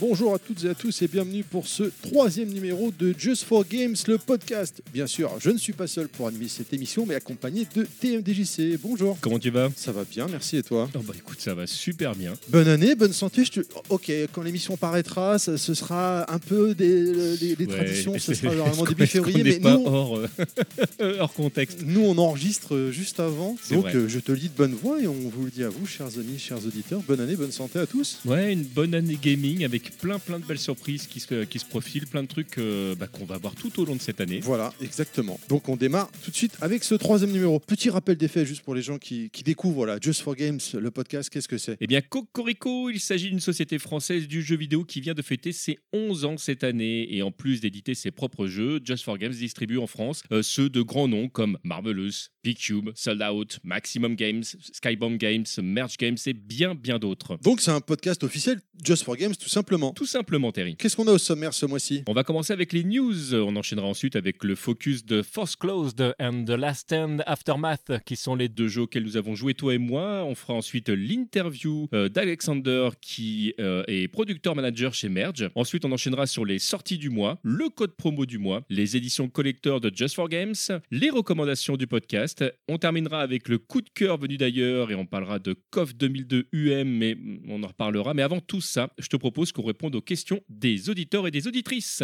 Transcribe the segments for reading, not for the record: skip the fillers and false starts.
Bonjour à toutes et à tous et bienvenue pour ce 3e numéro de Just for Games, le podcast. Bien sûr, je ne suis pas seul pour animer cette émission, mais accompagné de TMDJC. Bonjour. Comment tu vas ? Ça va bien, merci et toi ? Oh bah écoute, ça va super bien. Bonne année, bonne santé. Ok, quand l'émission paraîtra, ce sera un peu des traditions, ce sera normalement début février, mais pas nous, hors contexte. nous on enregistre juste avant, C'est donc vrai. je te le dis de bonne voix et on vous le dit à vous, chers amis, chers auditeurs. Bonne année, bonne santé à tous. Ouais, une bonne année gaming avec plein de belles surprises qui se profilent, plein de trucs qu'on va voir tout au long de cette année. Voilà, exactement. Donc on démarre tout de suite avec ce 3e numéro. Petit rappel des faits juste pour les gens qui découvrent, voilà, Just for Games, le podcast, qu'est-ce que c'est ? Eh bien, Cocorico, il s'agit d'une société française du jeu vidéo qui vient de fêter ses 11 ans cette année. Et en plus d'éditer ses propres jeux, Just for Games distribue en France ceux de grands noms comme Marvelous, P-Cube, Sold Out, Maximum Games, Skybound Games, Merge Games et bien d'autres. Donc c'est un podcast officiel Just for Games tout simplement. Tout simplement, Terry. Qu'est-ce qu'on a au sommaire ce mois-ci ? On va commencer avec les news. On enchaînera ensuite avec le focus de Force Closed and The Last Stand Aftermath, qui sont les deux jeux auxquels nous avons joué, toi et moi. On fera ensuite l'interview d'Alexander, qui est producteur manager chez Merge. Ensuite, on enchaînera sur les sorties du mois, le code promo du mois, les éditions collector de Just for Games, les recommandations du podcast. On terminera avec le coup de cœur venu d'ailleurs et on parlera de KOF 2002 UM, mais on en reparlera. Mais avant tout ça, je te propose qu'on réponde aux questions des auditeurs et des auditrices.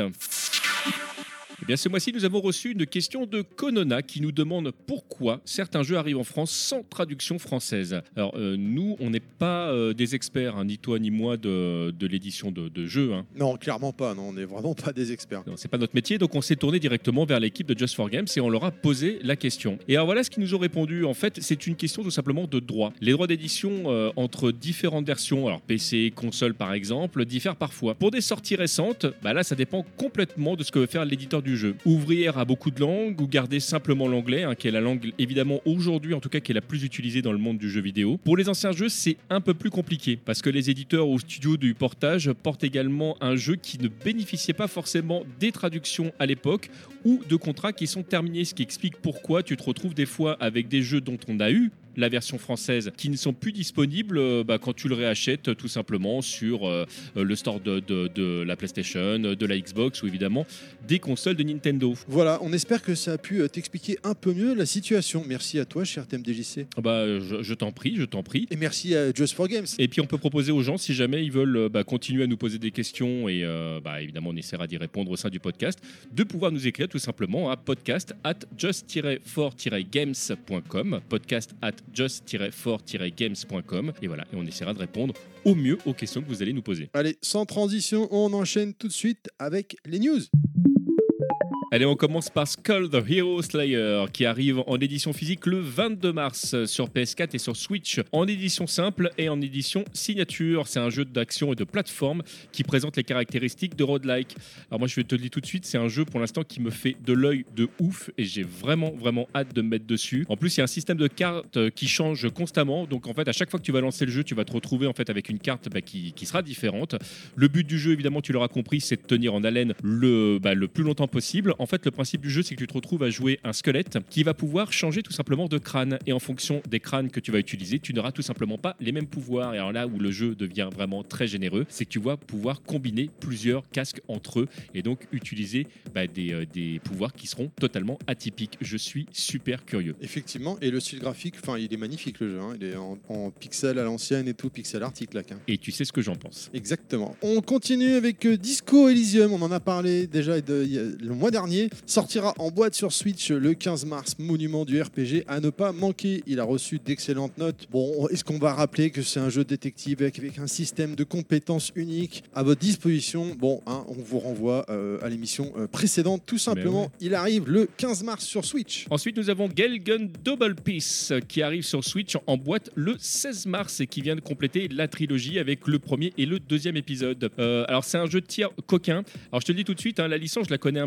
Eh bien, ce mois-ci, nous avons reçu une question de Konona qui nous demande pourquoi certains jeux arrivent en France sans traduction française. Alors, nous, on n'est pas des experts, hein, ni toi ni moi, de l'édition de jeux. Hein. Non, clairement pas, non, on n'est vraiment pas des experts. Non, c'est pas notre métier, donc on s'est tourné directement vers l'équipe de Just for Games et on leur a posé la question. Et alors voilà ce qu'ils nous ont répondu. En fait, c'est une question tout simplement de droit. Les droits d'édition entre différentes versions, alors PC, console par exemple, diffèrent parfois. Pour des sorties récentes, là, ça dépend complètement de ce que veut faire l'éditeur du jeu. Ouvrir à beaucoup de langues ou garder simplement l'anglais, hein, qui est la langue évidemment aujourd'hui en tout cas qui est la plus utilisée dans le monde du jeu vidéo. Pour les anciens jeux, c'est un peu plus compliqué parce que les éditeurs ou studios du portage portent également un jeu qui ne bénéficiait pas forcément des traductions à l'époque ou de contrats qui sont terminés, ce qui explique pourquoi tu te retrouves des fois avec des jeux dont on a eu la version française qui ne sont plus disponibles quand tu le réachètes tout simplement sur le store de la PlayStation, de la Xbox ou évidemment des consoles de Nintendo. Voilà, on espère que ça a pu t'expliquer un peu mieux la situation. Merci à toi, cher TMDJC. Je t'en prie. Et merci à Just for Games. Et puis on peut proposer aux gens, si jamais ils veulent continuer à nous poser des questions et évidemment on essaiera d'y répondre au sein du podcast, de pouvoir nous écrire tout simplement à podcast@just-for-games.com, podcast@just-for-games.com, et voilà, et on essaiera de répondre au mieux aux questions que vous allez nous poser. Allez, sans transition, on enchaîne tout de suite avec les news. Allez, on commence par Skull the Hero Slayer qui arrive en édition physique le 22 mars sur PS4 et sur Switch en édition simple et en édition signature. C'est un jeu d'action et de plateforme qui présente les caractéristiques de roguelike. Alors moi je vais te le dire tout de suite, c'est un jeu pour l'instant qui me fait de l'œil de ouf et j'ai vraiment hâte de me mettre dessus. En plus il y a un système de cartes qui change constamment, donc en fait à chaque fois que tu vas lancer le jeu tu vas te retrouver en fait avec une carte qui sera différente. Le but du jeu évidemment tu l'auras compris, c'est de tenir en haleine le plus longtemps possible. En fait, le principe du jeu, c'est que tu te retrouves à jouer un squelette qui va pouvoir changer tout simplement de crâne. Et en fonction des crânes que tu vas utiliser, tu n'auras tout simplement pas les mêmes pouvoirs. Et alors là où le jeu devient vraiment très généreux, c'est que tu vas pouvoir combiner plusieurs casques entre eux et donc utiliser des pouvoirs qui seront totalement atypiques. Je suis super curieux. Effectivement, et le style graphique, il est magnifique le jeu. Hein. Il est en pixel à l'ancienne et tout, pixel art, il claque. Hein. Et tu sais ce que j'en pense. Exactement. On continue avec Disco Elysium. On en a parlé déjà le mois dernier. Sortira en boîte sur Switch le 15 mars, monument du RPG à ne pas manquer. Il a reçu d'excellentes notes. Bon, est-ce qu'on va rappeler que c'est un jeu détective avec un système de compétences unique à votre disposition ? Bon, on vous renvoie à l'émission précédente. Tout simplement, il arrive le 15 mars sur Switch. Ensuite, nous avons Gelgun Double Peace qui arrive sur Switch en boîte le 16 mars et qui vient de compléter la trilogie avec le premier et le deuxième épisode. Alors, c'est un jeu de tir coquin. Alors, je te le dis tout de suite, la licence, je la connais un petit peu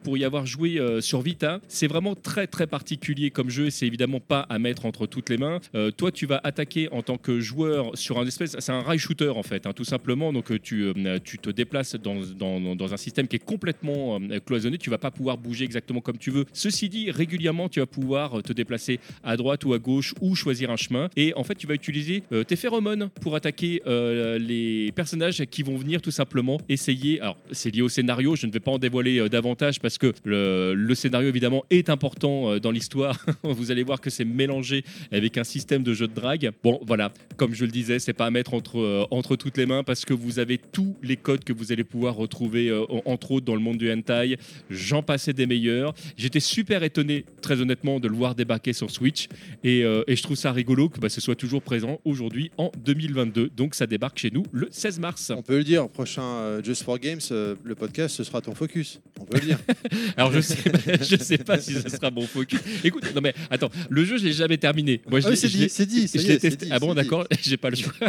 pour y avoir joué sur Vita. C'est vraiment très très particulier comme jeu et c'est évidemment pas à mettre entre toutes les mains. Toi, tu vas attaquer en tant que joueur sur c'est un rail shooter en fait, hein, tout simplement. Donc tu te déplaces dans un système qui est complètement cloisonné. Tu vas pas pouvoir bouger exactement comme tu veux. Ceci dit, régulièrement, tu vas pouvoir te déplacer à droite ou à gauche ou choisir un chemin. Et en fait, tu vas utiliser tes phéromones pour attaquer les personnages qui vont venir tout simplement essayer. Alors, c'est lié au scénario. Je ne vais pas en dévoiler davantage parce que le scénario évidemment est important dans l'histoire. Vous allez voir que c'est mélangé avec un système de jeu de drague. Bon, voilà, comme je le disais, c'est pas à mettre entre toutes les mains parce que vous avez tous les codes que vous allez pouvoir retrouver entre autres dans le monde du hentai. J'en passais des meilleurs. J'étais super étonné, très honnêtement, de le voir débarquer sur Switch et je trouve ça rigolo que ce soit toujours présent aujourd'hui en 2022. Donc ça débarque chez nous le 16 mars. On peut le dire, prochain Just for Games, le podcast, ce sera ton focus. On peut le dire. Alors je sais pas si ce sera mon focus. Écoute, non mais attends, le jeu je l'ai jamais terminé. Moi c'est dit. Je l'ai testé. Ah bon, d'accord, j'ai pas le choix.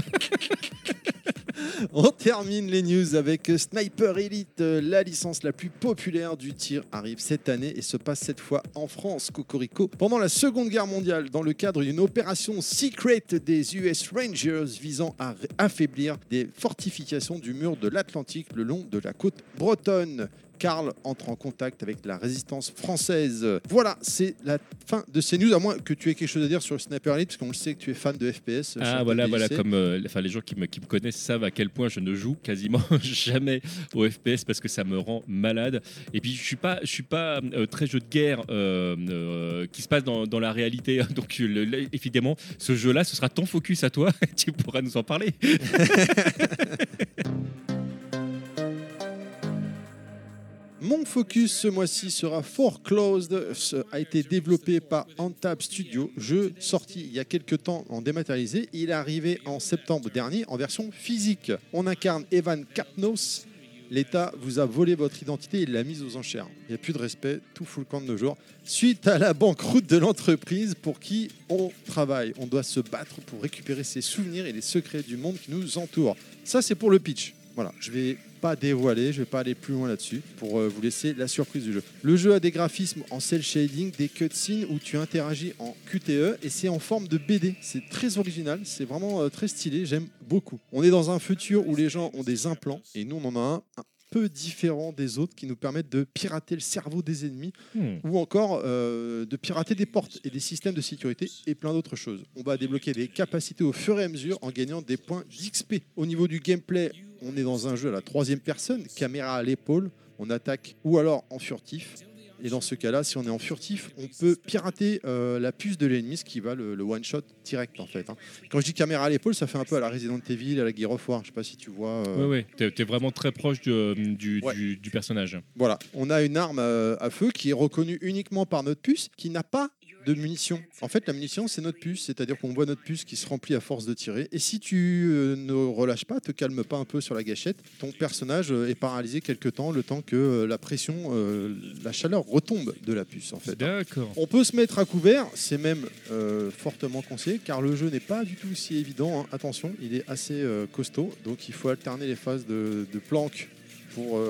On termine les news avec Sniper Elite. La licence la plus populaire du tir arrive cette année et se passe cette fois en France, Cocorico. Pendant la Seconde Guerre mondiale, dans le cadre d'une opération secret des US Rangers visant à affaiblir des fortifications du mur de l'Atlantique le long de la côte bretonne. Karl entre en contact avec la résistance française. Voilà, c'est la fin de ces news, à moins que tu aies quelque chose à dire sur Sniper Elite, parce qu'on le sait que tu es fan de FPS. Ah voilà, comme les gens qui me connaissent savent à quel point je ne joue quasiment jamais au FPS parce que ça me rend malade. Et puis je suis pas très jeu de guerre qui se passe dans la réalité. Donc évidemment, ce jeu-là, ce sera ton focus à toi. Tu pourras nous en parler. Mon focus ce mois-ci sera Foreclosed, a été développé par Antab Studio, jeu sorti il y a quelques temps en dématérialisé. Il est arrivé en septembre dernier en version physique. On incarne Evan Kapnos. L'État vous a volé votre identité et l'a mise aux enchères. Il n'y a plus de respect, tout fout le camp de nos jours. Suite à la banqueroute de l'entreprise pour qui on travaille, on doit se battre pour récupérer ses souvenirs et les secrets du monde qui nous entoure. Ça, c'est pour le pitch. Voilà, je vais pas dévoiler, je vais pas aller plus loin là-dessus pour vous laisser la surprise du jeu. Le jeu a des graphismes en cel shading, des cutscenes où tu interagis en QTE et c'est en forme de BD. C'est très original, c'est vraiment très stylé, j'aime beaucoup. On est dans un futur où les gens ont des implants et nous on en a un peu différent des autres qui nous permettent de pirater le cerveau des ennemis ou encore de pirater des portes et des systèmes de sécurité et plein d'autres choses. On va débloquer des capacités au fur et à mesure en gagnant des points d'XP. Au niveau du gameplay, on est dans un jeu à la troisième personne, caméra à l'épaule, on attaque ou alors en furtif. Et dans ce cas-là, si on est en furtif, on peut pirater la puce de l'ennemi, ce qui va le one-shot direct en fait. Quand je dis caméra à l'épaule, ça fait un peu à la Resident Evil, à la Gear of War. Je sais pas si tu vois. Oui, t'es vraiment très proche du personnage. Voilà, on a une arme à feu qui est reconnue uniquement par notre puce, qui n'a pas de munitions. En fait, la munition, c'est notre puce, c'est-à-dire qu'on voit notre puce qui se remplit à force de tirer. Et si tu ne relâches pas, te calmes pas un peu sur la gâchette, ton personnage est paralysé quelque temps, le temps que la pression, la chaleur retombe de la puce, en fait. D'accord. On peut se mettre à couvert, c'est même fortement conseillé, car le jeu n'est pas du tout si évident. Attention, il est assez costaud, donc il faut alterner les phases de planque pour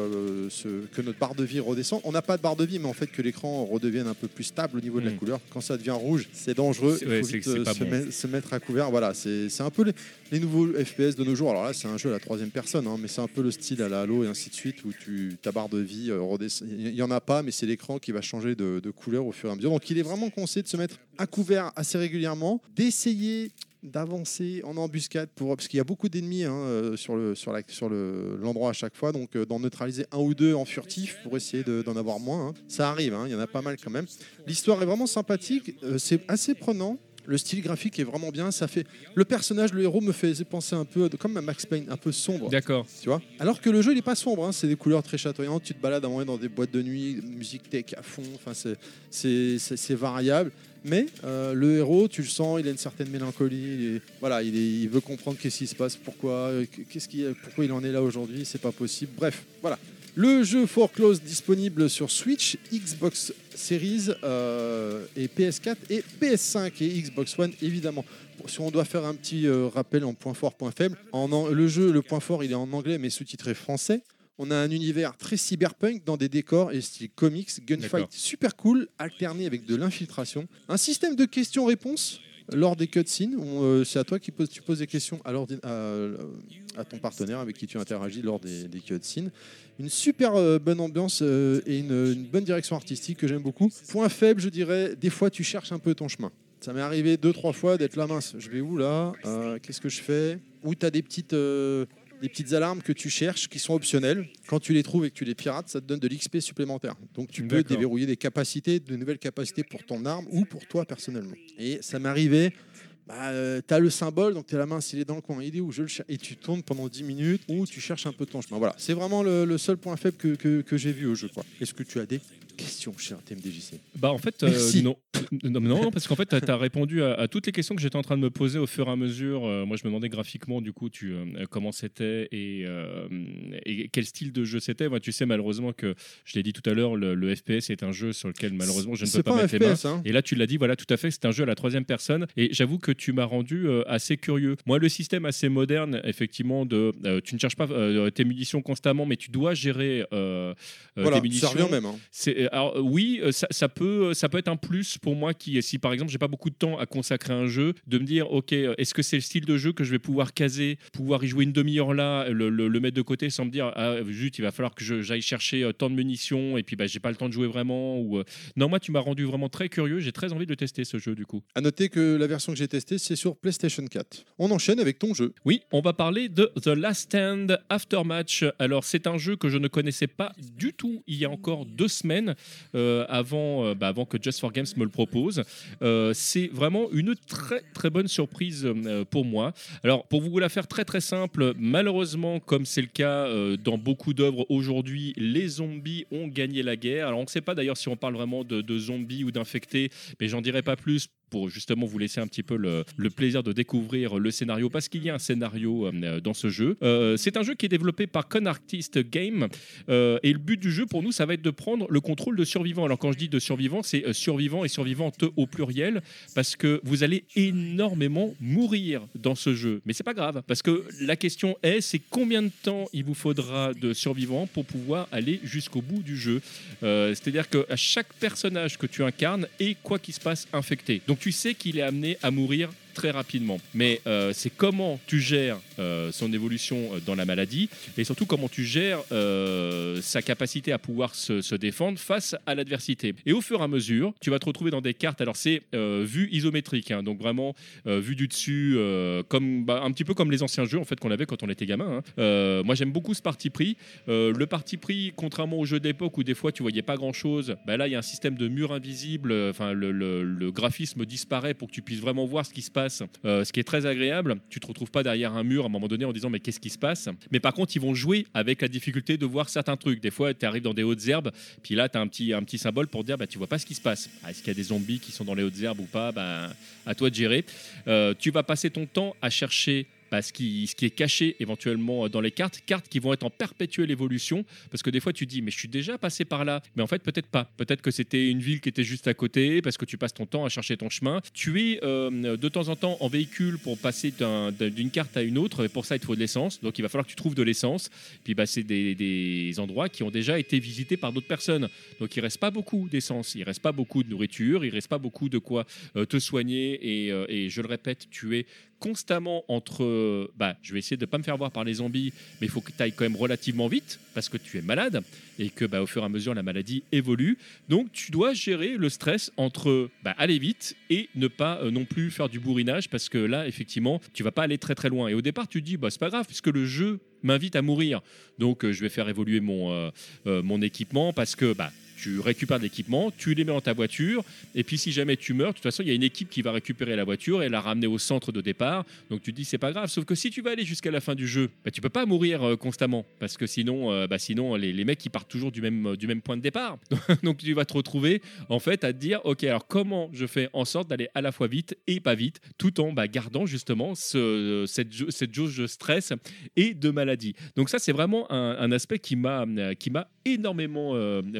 que notre barre de vie redescende. On n'a pas de barre de vie, mais en fait que l'écran redevienne un peu plus stable au niveau de la couleur. Quand ça devient rouge, c'est dangereux. Il faut se mettre à couvert. Voilà, c'est un peu les nouveaux FPS de nos jours. Alors là, c'est un jeu à la troisième personne, mais c'est un peu le style à la Halo et ainsi de suite, où ta barre de vie redescend. Il n'y en a pas, mais c'est l'écran qui va changer de couleur au fur et à mesure. Donc il est vraiment conseillé de se mettre à couvert assez régulièrement, d'essayer d'avancer en embuscade parce qu'il y a beaucoup d'ennemis sur l'endroit à chaque fois, donc d'en neutraliser un ou deux en furtif pour essayer d'en avoir moins. Ça arrive, il y en a pas mal quand même. L'histoire est vraiment sympathique, c'est assez prenant. Le style graphique est vraiment bien. Ça fait le personnage, le héros me faisait penser un peu comme à Max Payne, un peu sombre. D'accord. Tu vois. Alors que le jeu il est pas sombre, c'est des couleurs très chatoyantes. Tu te balades à un moment dans des boîtes de nuit, musique tech à fond. Enfin c'est variable. Mais le héros, tu le sens, il a une certaine mélancolie. Il veut comprendre qu'est-ce qui se passe, pourquoi il en est là aujourd'hui. C'est pas possible. Bref, voilà. Le jeu Foreclosed disponible sur Switch, Xbox Series et PS4 et PS5 et Xbox One évidemment. Si on doit faire un petit rappel en point fort, point faible, le point fort il est en anglais mais sous-titré français. On a un univers très cyberpunk dans des décors et style comics, gunfight D'accord. super cool, alterné avec de l'infiltration. Un système de questions-réponses lors des cutscenes. C'est à toi qui tu poses des questions à ton partenaire avec qui tu interagis lors des cutscenes. Une super bonne ambiance et une bonne direction artistique que j'aime beaucoup. Point faible, je dirais, des fois tu cherches un peu ton chemin. Ça m'est arrivé 2-3 fois d'être là, mince, je vais où là qu'est-ce que je fais? Ou tu as des petites alarmes que tu cherches qui sont optionnelles. Quand tu les trouves et que tu les pirates, ça te donne de l'XP supplémentaire. Donc tu peux D'accord. déverrouiller de nouvelles capacités pour ton arme ou pour toi personnellement. Et ça m'est arrivé, t'as le symbole, donc t'es la main, s'il est dans le coin, il est où je le cherche, et tu tournes pendant 10 minutes ou tu cherches un peu ton chemin. Voilà, c'est vraiment le seul point faible que j'ai vu au jeu, quoi. Est-ce que tu as des questions, cher TMDJC? Bah en fait, Merci. non, parce qu'en fait, tu as répondu à toutes les questions que j'étais en train de me poser au fur et à mesure. Moi, je me demandais graphiquement, du coup, comment c'était et quel style de jeu c'était. Moi, tu sais, malheureusement, que je l'ai dit tout à l'heure, le FPS est un jeu sur lequel, malheureusement, je ne peux C'est pas pas un mettre les mains. FPS, hein. Et là, tu l'as dit, voilà, tout à fait, c'est un jeu à la troisième personne. Et j'avoue que tu m'as rendu assez curieux. Moi, le système assez moderne, effectivement, tu ne cherches pas tes munitions constamment, mais tu dois gérer Voilà, tes munitions. ça revient même, hein. Alors oui, ça peut être un plus pour moi si par exemple j'ai pas beaucoup de temps à consacrer à un jeu, de me dire ok, est-ce que c'est le style de jeu que je vais pouvoir caser, pouvoir y jouer une demi-heure là, le mettre de côté sans me dire zut, il va falloir que j'aille chercher tant de munitions et puis j'ai pas le temps de jouer vraiment non, moi tu m'as rendu vraiment très curieux, j'ai très envie de le tester ce jeu du coup. À noter que la version que j'ai testée, c'est sur PlayStation 4. On enchaîne avec ton jeu. Oui, on va parler de The Last Stand Aftermatch. Alors, c'est un jeu que je ne connaissais pas du tout il y a encore 2 semaines, avant que Just for Games me le propose. C'est vraiment une très très bonne surprise pour moi. Alors, pour vous la faire très très simple, malheureusement, comme c'est le cas dans beaucoup d'œuvres aujourd'hui, les zombies ont gagné la guerre. Alors, on ne sait pas d'ailleurs si on parle vraiment de zombies ou d'infectés, mais j'en dirai pas plus pour justement vous laisser un petit peu le plaisir de découvrir le scénario, parce qu'il y a un scénario dans ce jeu. C'est un jeu qui est développé par Con Artist Game, et le but du jeu pour nous, ça va être de prendre le contrôle de survivants. Alors quand je dis de survivants, c'est survivants et survivantes au pluriel, parce que vous allez énormément mourir dans ce jeu. Mais c'est pas grave, parce que la question c'est combien de temps il vous faudra de survivants pour pouvoir aller jusqu'au bout du jeu. C'est-à-dire qu'à chaque personnage que tu incarnes est, quoi qu'il se passe, infecté. Donc tu sais qu'il est amené à mourir très rapidement. Mais c'est comment tu gères son évolution dans la maladie, et surtout comment tu gères sa capacité à pouvoir se défendre face à l'adversité. Et au fur et à mesure, tu vas te retrouver dans des cartes. Alors c'est vue isométrique, hein, donc vraiment vue du dessus, un petit peu comme les anciens jeux en fait qu'on avait quand on était gamin. Moi j'aime beaucoup ce parti pris. Le parti pris, contrairement aux jeux d'époque où des fois tu voyais pas grand chose, là il y a un système de mur invisible. Enfin le graphisme disparaît pour que tu puisses vraiment voir ce qui se passe. Ce qui est très agréable, tu te retrouves pas derrière un mur à un moment donné en disant mais qu'est-ce qui se passe. Mais par contre ils vont jouer avec la difficulté de voir certains trucs. Des fois tu arrives dans des hautes herbes, puis là tu as un petit symbole pour dire tu vois pas ce qui se passe. Est-ce qu'il y a des zombies qui sont dans les hautes herbes ou pas, à toi de gérer. Tu vas passer ton temps à chercher ce qui est caché éventuellement dans les cartes qui vont être en perpétuelle évolution, parce que des fois tu dis mais je suis déjà passé par là, mais en fait peut-être pas, peut-être que c'était une ville qui était juste à côté, parce que tu passes ton temps à chercher ton chemin. Tu es de temps en temps en véhicule pour passer d'une carte à une autre, et pour ça il te faut de l'essence, donc il va falloir que tu trouves de l'essence. Puis c'est des endroits qui ont déjà été visités par d'autres personnes, donc il reste pas beaucoup d'essence, il reste pas beaucoup de nourriture, il reste pas beaucoup de quoi te soigner, et je le répète, tu es constamment entre je vais essayer de ne pas me faire voir par les zombies, mais il faut que tu ailles quand même relativement vite parce que tu es malade et que au fur et à mesure la maladie évolue. Donc tu dois gérer le stress entre aller vite et ne pas non plus faire du bourrinage, parce que là effectivement tu vas pas aller très très loin. Et au départ tu te dis c'est pas grave puisque le jeu m'invite à mourir, donc je vais faire évoluer mon équipement, parce que tu récupères de l'équipement, tu les mets dans ta voiture, et puis si jamais tu meurs, de toute façon, il y a une équipe qui va récupérer la voiture et la ramener au centre de départ. Donc tu te dis, c'est pas grave. Sauf que si tu vas aller jusqu'à la fin du jeu, tu peux pas mourir constamment, parce que sinon les mecs ils partent toujours du même point de départ. Donc tu vas te retrouver en fait à te dire, ok, alors comment je fais en sorte d'aller à la fois vite et pas vite, tout en gardant justement cette jauge de stress et de maladie. Donc ça, c'est vraiment un aspect qui m'a énormément plu dans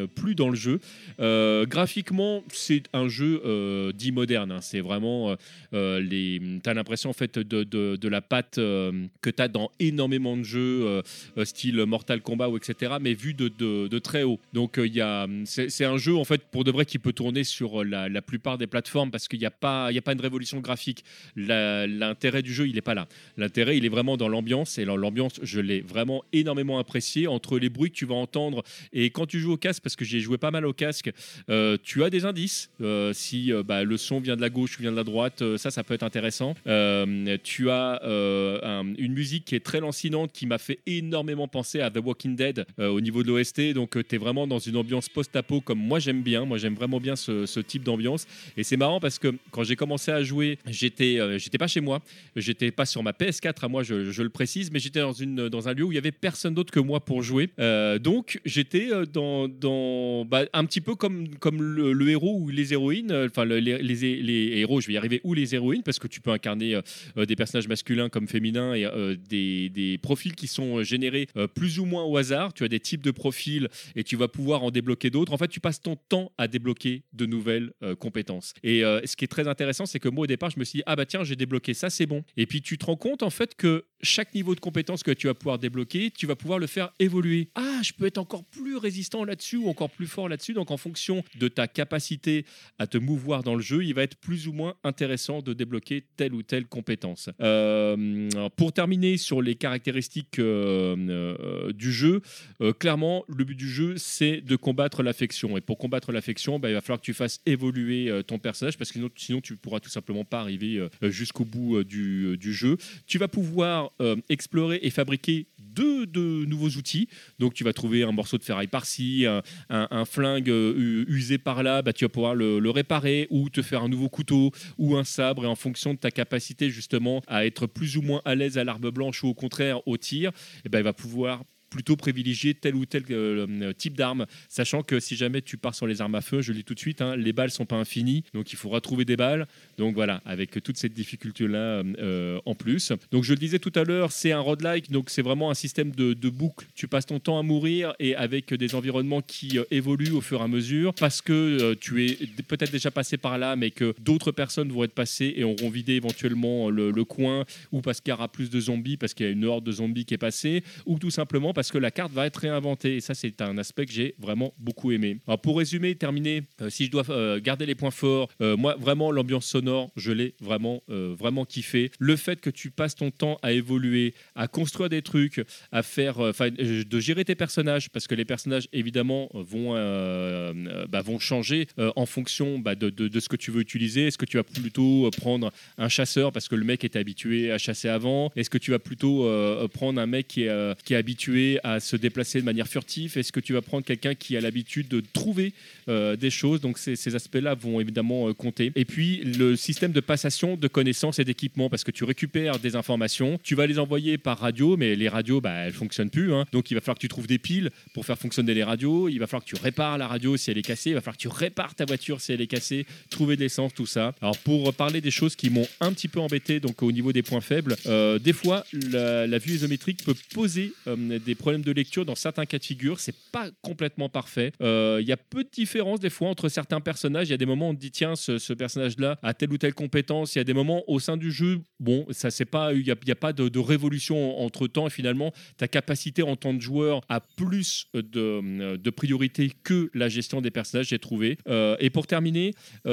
dans le jeu. Graphiquement, c'est un jeu dit moderne. Hein. C'est vraiment t'as l'impression en fait de la patte que t'as dans énormément de jeux style Mortal Kombat ou etc. Mais vu de très haut. Donc c'est un jeu en fait pour de vrai qui peut tourner sur la plupart des plateformes parce qu'il n'y a pas une révolution graphique. L'intérêt du jeu il est pas là. L'intérêt il est vraiment dans l'ambiance et l'ambiance je l'ai vraiment énormément apprécié entre les bruits que tu vas entendre et quand tu joues au casque parce que j'ai joué pas mal au casque tu as des indices si le son vient de la gauche ou vient de la droite ça peut être intéressant tu as une musique qui est très lancinante qui m'a fait énormément penser à The Walking Dead au niveau de l'OST donc tu es vraiment dans une ambiance post-apo comme moi j'aime vraiment bien ce type d'ambiance et c'est marrant parce que quand j'ai commencé à jouer j'étais pas chez moi j'étais pas sur ma PS4 à moi je le précise mais j'étais dans un lieu où il y avait personne d'autre que moi pour jouer donc j'étais dans un petit peu comme le héros ou les héroïnes enfin les héros je vais y arriver ou les héroïnes parce que tu peux incarner des personnages masculins comme féminins et des profils qui sont générés plus ou moins au hasard tu as des types de profils et tu vas pouvoir en débloquer d'autres en fait tu passes ton temps à débloquer de nouvelles compétences et ce qui est très intéressant c'est que moi au départ je me suis dit ah bah tiens j'ai débloqué ça c'est bon et puis tu te rends compte en fait que chaque niveau de compétence que tu vas pouvoir débloquer tu vas pouvoir le faire évoluer je peux être encore plus résistant là-dessus ou encore plus fort là-dessus donc en fonction de ta capacité à te mouvoir dans le jeu il va être plus ou moins intéressant de débloquer telle ou telle compétence pour terminer sur les caractéristiques du jeu clairement le but du jeu c'est de combattre l'affection et pour combattre l'affection il va falloir que tu fasses évoluer ton personnage parce que sinon tu pourras tout simplement pas arriver jusqu'au bout du jeu tu vas pouvoir explorer et fabriquer de nouveaux outils donc tu vas trouver un morceau de ferraille par-ci un flingue usé par-là tu vas pouvoir le réparer ou te faire un nouveau couteau ou un sabre et en fonction de ta capacité justement à être plus ou moins à l'aise à l'arme blanche ou au contraire au tir il va pouvoir plutôt privilégier tel ou tel type d'arme, sachant que si jamais tu pars sur les armes à feu, je le dis tout de suite, les balles sont pas infinies, donc il faudra trouver des balles. Donc voilà, avec toute cette difficulté-là en plus. Donc je le disais tout à l'heure, c'est un roguelike, donc c'est vraiment un système de boucle. Tu passes ton temps à mourir et avec des environnements qui évoluent au fur et à mesure, parce que tu es peut-être déjà passé par là, mais que d'autres personnes vont être passées et auront vidé éventuellement le coin, ou parce qu'il y aura plus de zombies, parce qu'il y a une horde de zombies qui est passée, ou tout simplement parce que la carte va être réinventée. Et ça, c'est un aspect que j'ai vraiment beaucoup aimé. Alors, pour résumer, terminer, si je dois garder les points forts, moi, vraiment, l'ambiance sonore, je l'ai vraiment kiffé. Le fait que tu passes ton temps à évoluer, à construire des trucs, à faire, de gérer tes personnages, parce que les personnages, évidemment, vont changer en fonction de ce que tu veux utiliser. Est-ce que tu vas plutôt prendre un chasseur parce que le mec était habitué à chasser avant? Est-ce que tu vas plutôt prendre un mec qui est habitué à se déplacer de manière furtive? Est-ce que tu vas prendre quelqu'un qui a l'habitude de trouver des choses? Donc ces aspects-là vont évidemment compter. Et puis le système de passation de connaissances et d'équipements, parce que tu récupères des informations, tu vas les envoyer par radio, mais les radios, elles fonctionnent plus. Donc il va falloir que tu trouves des piles pour faire fonctionner les radios. Il va falloir que tu répares la radio si elle est cassée. Il va falloir que tu répares ta voiture si elle est cassée. Trouver de l'essence, tout ça. Alors pour parler des choses qui m'ont un petit peu embêté, donc au niveau des points faibles, des fois la vue isométrique peut poser des problèmes de lecture dans certains cas de figure. C'est pas complètement parfait. Il y a peu de différence des fois entre certains personnages. Il y a des moments où on te dit tiens ce personnage-là a telle ou telle compétence. Il y a des moments au sein du jeu, bon ça c'est pas, il y a pas de révolution entre temps et finalement ta capacité en tant que joueur a plus de priorité que la gestion des personnages, j'ai trouvé. Et pour terminer,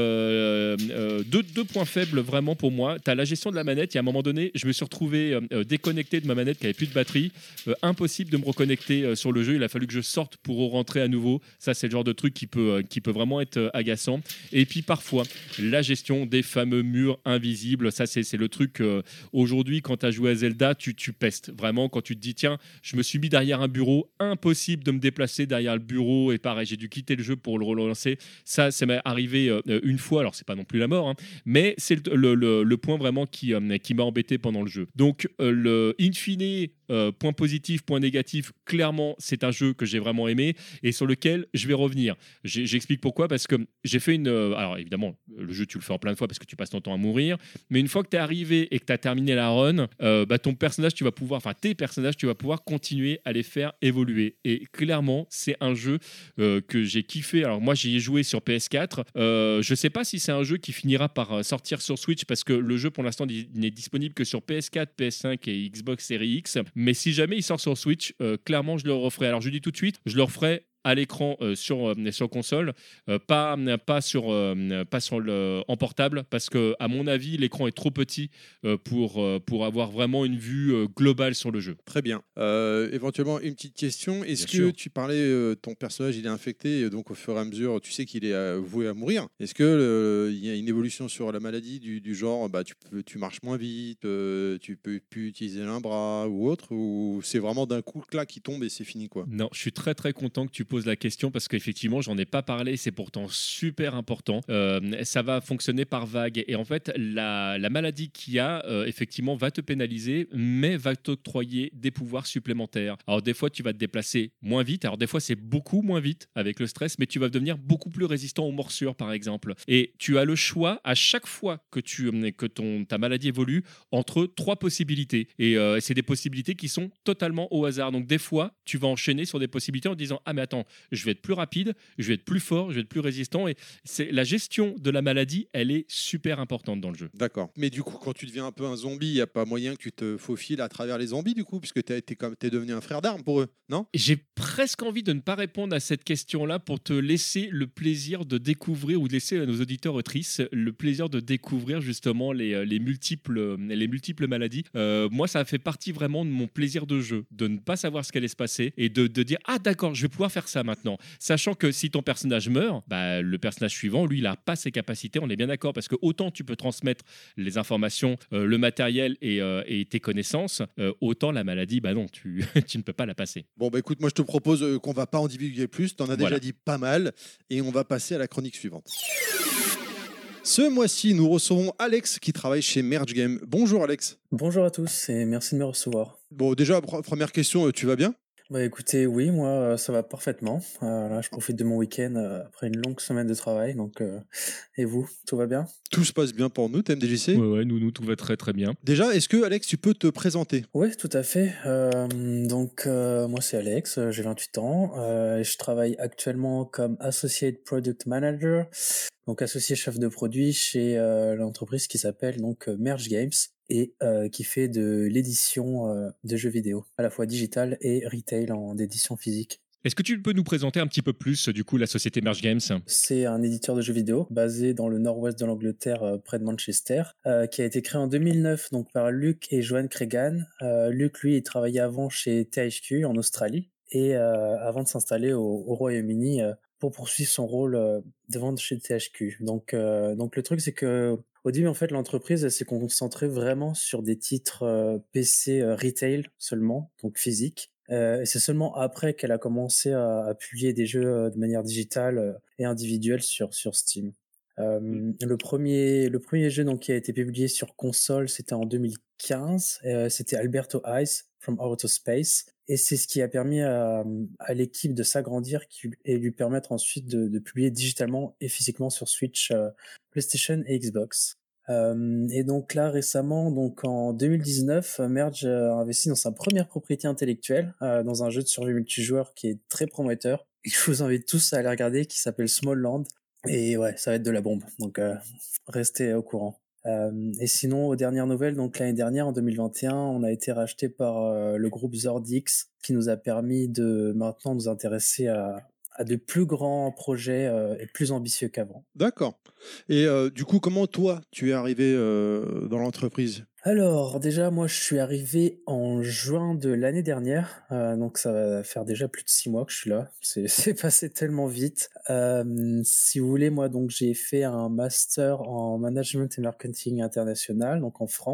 deux points faibles vraiment pour moi. Tu as la gestion de la manette. Il y a un moment donné, je me suis retrouvé déconnecté de ma manette qui avait plus de batterie. Impossible de me reconnecter sur le jeu. Il a fallu que je sorte pour rentrer à nouveau. Ça, c'est le genre de truc qui peut vraiment être agaçant. Et puis parfois, la gestion des fameux murs invisibles. Ça, c'est le truc. Aujourd'hui, quand tu as joué à Zelda, tu pestes. Vraiment, quand tu te dis, tiens, je me suis mis derrière un bureau, impossible de me déplacer derrière le bureau. Et pareil, j'ai dû quitter le jeu pour le relancer. Ça m'est arrivé une fois. Alors, c'est pas non plus la mort, mais c'est le point vraiment qui m'a embêté pendant le jeu. Donc, le in fine, point positif, point négatif, négatif, clairement, c'est un jeu que j'ai vraiment aimé et sur lequel je vais revenir. J'explique pourquoi, parce que j'ai fait une. Alors évidemment, le jeu, tu le fais en plein de fois parce que tu passes ton temps à mourir, mais une fois que tu es arrivé et que tu as terminé la run, ton personnage, tes personnages, tu vas pouvoir continuer à les faire évoluer. Et clairement, c'est un jeu que j'ai kiffé. Alors moi, j'y ai joué sur PS4. Je sais pas si c'est un jeu qui finira par sortir sur Switch parce que le jeu, pour l'instant, il n'est disponible que sur PS4, PS5 et Xbox Series X. Mais si jamais il sort sur Switch, clairement, je le referai. Alors je dis tout de suite, je le referai à l'écran sur console, pas sur en portable, parce que à mon avis l'écran est trop petit pour avoir vraiment une vue globale sur le jeu. Très bien. Éventuellement, une petite question. Est-ce Bien que sûr. tu parlais, ton personnage, il est infecté, et donc au fur et à mesure, tu sais qu'il est voué à mourir. Est-ce que il y a une évolution sur la maladie du genre, bah, tu marches moins vite, tu peux plus utiliser un bras ou autre, ou c'est vraiment d'un coup, clac, qui tombe et c'est fini, quoi? Non, je suis très très content que tu poses la question parce qu'effectivement, j'en ai pas parlé, c'est pourtant super important. Ça va fonctionner par vague et en fait, la maladie qu'il y a, effectivement, va te pénaliser, mais va t'octroyer des pouvoirs supplémentaires. Alors, des fois, tu vas te déplacer moins vite. Alors, des fois, c'est beaucoup moins vite avec le stress, mais tu vas devenir beaucoup plus résistant aux morsures, par exemple. Et tu as le choix à chaque fois que ta maladie évolue entre trois possibilités. Et c'est des possibilités qui sont totalement au hasard. Donc, des fois, tu vas enchaîner sur des possibilités en disant ah mais attends, je vais être plus rapide, je vais être plus fort, je vais être plus résistant, et c'est la gestion de la maladie, elle est super importante dans le jeu. D'accord. Mais du coup, quand tu deviens un peu un zombie, il n'y a pas moyen que tu te faufiles à travers les zombies, du coup, puisque t'es devenu un frère d'armes pour eux, non? J'ai presque envie de ne pas répondre à cette question-là pour te laisser le plaisir de découvrir, ou de laisser à nos auditeurs autrices le plaisir de découvrir justement les multiples maladies. Moi, ça fait partie vraiment de mon plaisir de jeu, de ne pas savoir ce qu'allait se passer et de dire ah d'accord, je vais pouvoir faire ça maintenant, sachant que si ton personnage meurt, bah, le personnage suivant, lui, il n'a pas ses capacités, on est bien d'accord, parce que autant tu peux transmettre les informations, le matériel et tes connaissances, autant la maladie, bah non, tu ne peux pas la passer. Bon, bah écoute, moi je te propose qu'on va pas en divulguer plus. T'en as déjà Voilà. dit pas mal. Et on va passer à la chronique suivante. Ce mois-ci, nous recevons Alex qui travaille chez Merge Game. Bonjour Alex. Bonjour à tous et merci de me recevoir. Bon, déjà, première question, tu vas bien? Bah écoutez, oui, moi ça va parfaitement. Là, je profite de mon week-end après une longue semaine de travail. Donc, et vous, tout va bien? Tout se passe bien pour nous, TMDJC. Ouais, nous, tout va très très bien. Déjà, est-ce que Alex, tu peux te présenter? Oui, tout à fait. Moi c'est Alex, j'ai 28 ans. Et je travaille actuellement comme Associate Product Manager, donc associé chef de produit chez l'entreprise qui s'appelle donc Merge Games et qui fait de l'édition de jeux vidéo, à la fois digital et retail en édition physique. Est-ce que tu peux nous présenter un petit peu plus, du coup, la société Merge Games? C'est un éditeur de jeux vidéo basé dans le nord-ouest de l'Angleterre, près de Manchester, qui a été créé en 2009 donc par Luke et Joanne Cregan. Luke, lui, il travaillait avant chez THQ en Australie et avant de s'installer au Royaume-Uni pour poursuivre son rôle de vente chez THQ. Donc le truc, c'est que au début, en fait, l'entreprise elle s'est concentrée vraiment sur des titres PC retail seulement, donc physique. Et c'est seulement après qu'elle a commencé à publier des jeux de manière digitale et individuelle sur Steam. Le premier jeu donc qui a été publié sur console, c'était en 2015. C'était Alberto Ice from Outer Space, et c'est ce qui a permis à l'équipe de s'agrandir et lui permettre ensuite de publier digitalement et physiquement sur Switch, PlayStation et Xbox. Et donc là récemment, donc en 2019, Merge a investi dans sa première propriété intellectuelle, dans un jeu de survie multijoueur qui est très prometteur. Et je vous invite tous à aller regarder, qui s'appelle Small Land. Et ouais, ça va être de la bombe. Donc restez au courant. Et sinon, aux dernières nouvelles, donc l'année dernière, en 2021, on a été racheté par le groupe Zordix, qui nous a permis de maintenant nous intéresser à de plus grands projets et plus ambitieux qu'avant. D'accord. Et du coup, comment toi, tu es arrivé dans l'entreprise? Alors déjà, moi je suis arrivé en juin de l'année dernière, donc ça va faire déjà plus de 6 mois que je suis là. C'est passé tellement vite. Si vous voulez, moi donc j'ai fait un master en management et marketing international, donc en France.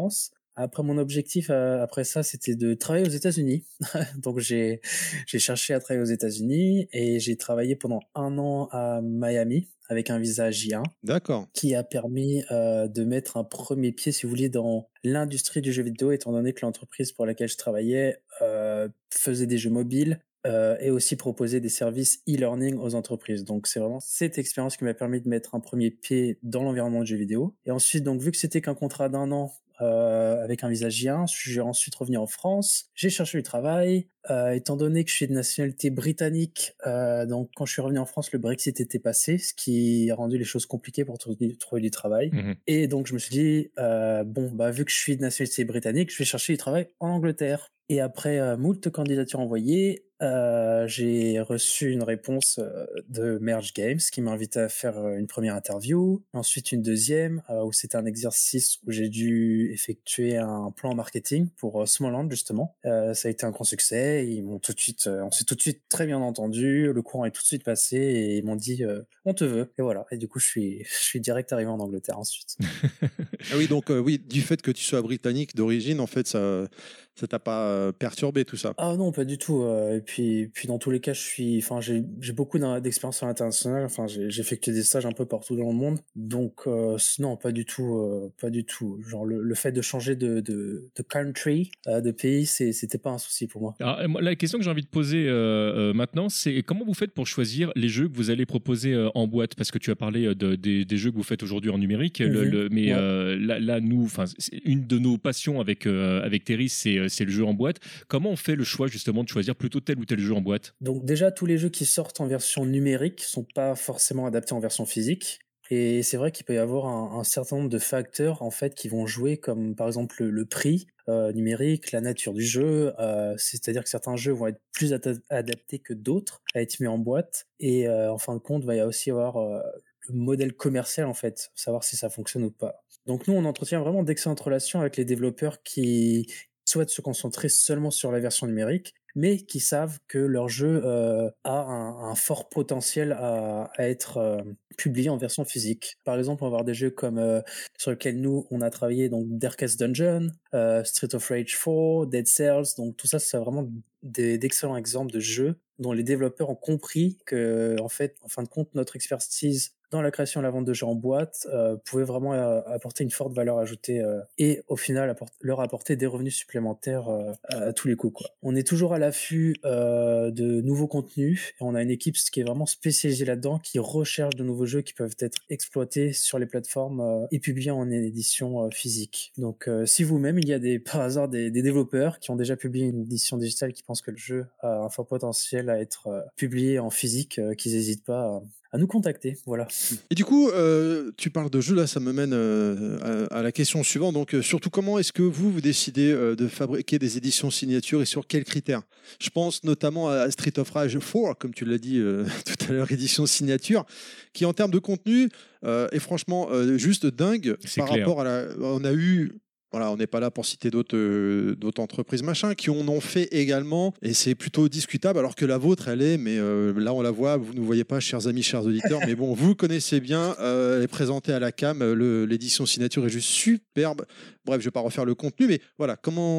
Après, mon objectif, après ça, c'était de travailler aux États-Unis. Donc, j'ai cherché à travailler aux États-Unis et j'ai travaillé pendant 1 an à Miami avec un visa J1 D'accord. qui a permis de mettre un premier pied, si vous voulez, dans l'industrie du jeu vidéo, étant donné que l'entreprise pour laquelle je travaillais faisait des jeux mobiles et aussi proposait des services e-learning aux entreprises. Donc, c'est vraiment cette expérience qui m'a permis de mettre un premier pied dans l'environnement du jeu vidéo. Et ensuite, donc, vu que c'était qu'un contrat d'1 an, avec un visa J1, je suis ensuite revenu en France, j'ai cherché du travail, étant donné que je suis de nationalité britannique, donc quand je suis revenu en France, le Brexit était passé, ce qui a rendu les choses compliquées pour trouver du travail. Et donc je me suis dit, vu que je suis de nationalité britannique, je vais chercher du travail en Angleterre. Et après moult candidatures envoyées, j'ai reçu une réponse de Merge Games qui m'a invité à faire une première interview, ensuite une deuxième où c'était un exercice où j'ai dû effectuer un plan marketing pour Småland justement. Ça a été un grand succès, ils m'ont tout de suite, on s'est tout de suite très bien entendu, le courant est tout de suite passé et ils m'ont dit on te veut. Et voilà, et du coup je suis direct arrivé en Angleterre ensuite. Ah oui, donc oui, du fait que tu sois britannique d'origine, en fait, ça t'a pas perturbé tout ça. Ah non, pas du tout. Et puis dans tous les cas, j'ai beaucoup d'expérience à l'international. Enfin, j'ai effectué des stages un peu partout dans le monde. Donc non, pas du tout, pas du tout. Genre le fait de changer de country, de pays, c'était pas un souci pour moi. Alors, la question que j'ai envie de poser maintenant, c'est comment vous faites pour choisir les jeux que vous allez proposer en boîte? Parce que tu as parlé des jeux que vous faites aujourd'hui en numérique, mais Ouais. là, nous, une de nos passions avec Terry, c'est le jeu en boîte. Comment on fait le choix justement de choisir plutôt tel ou tel jeu en boîte? Donc déjà, tous les jeux qui sortent en version numérique sont pas forcément adaptés en version physique. Et c'est vrai qu'il peut y avoir un certain nombre de facteurs en fait qui vont jouer, comme par exemple le prix numérique, la nature du jeu. C'est-à-dire que certains jeux vont être plus adaptés que d'autres à être mis en boîte. Et en fin de compte, va y aussi avoir le modèle commercial en fait, savoir si ça fonctionne ou pas. Donc nous, on entretient vraiment d'excellentes relations avec les développeurs qui souhaitent se concentrer seulement sur la version numérique, mais qui savent que leur jeu a un fort potentiel à être publié en version physique. Par exemple, on va avoir des jeux comme sur lesquels nous, on a travaillé, donc Darkest Dungeon, Street of Rage 4, Dead Cells, donc tout ça, c'est vraiment d'excellents exemples de jeux dont les développeurs ont compris que, en fait, en fin de compte, notre expertise dans la création et la vente de jeux en boîte pouvait vraiment apporter une forte valeur ajoutée et au final leur apporter des revenus supplémentaires à tous les coups, quoi. On est toujours à l'affût de nouveaux contenus et on a une équipe qui est vraiment spécialisée là-dedans, qui recherche de nouveaux jeux qui peuvent être exploités sur les plateformes et publiés en édition physique. Donc si vous-même il y a par hasard des développeurs qui ont déjà publié une édition digitale, qui pensent que le jeu a un fort potentiel à être publié en physique, qu'ils n'hésitent pas à nous contacter. Voilà. Et du coup, tu parles de jeu, là, ça me mène à la question suivante. Donc, surtout, comment est-ce que vous décidez de fabriquer des éditions signatures et sur quels critères? Je pense notamment à Street of Rage 4, comme tu l'as dit tout à l'heure, édition signature, qui en termes de contenu est franchement juste dingue par rapport à la. On a eu. Voilà, on n'est pas là pour citer d'autres entreprises qui en ont fait également, et c'est plutôt discutable, alors que la vôtre, elle est, mais là on la voit, vous ne voyez pas, chers amis, chers auditeurs, mais bon, vous connaissez bien, elle est présentée à la cam, l'édition signature est juste superbe. Bref, je ne vais pas refaire le contenu, mais voilà,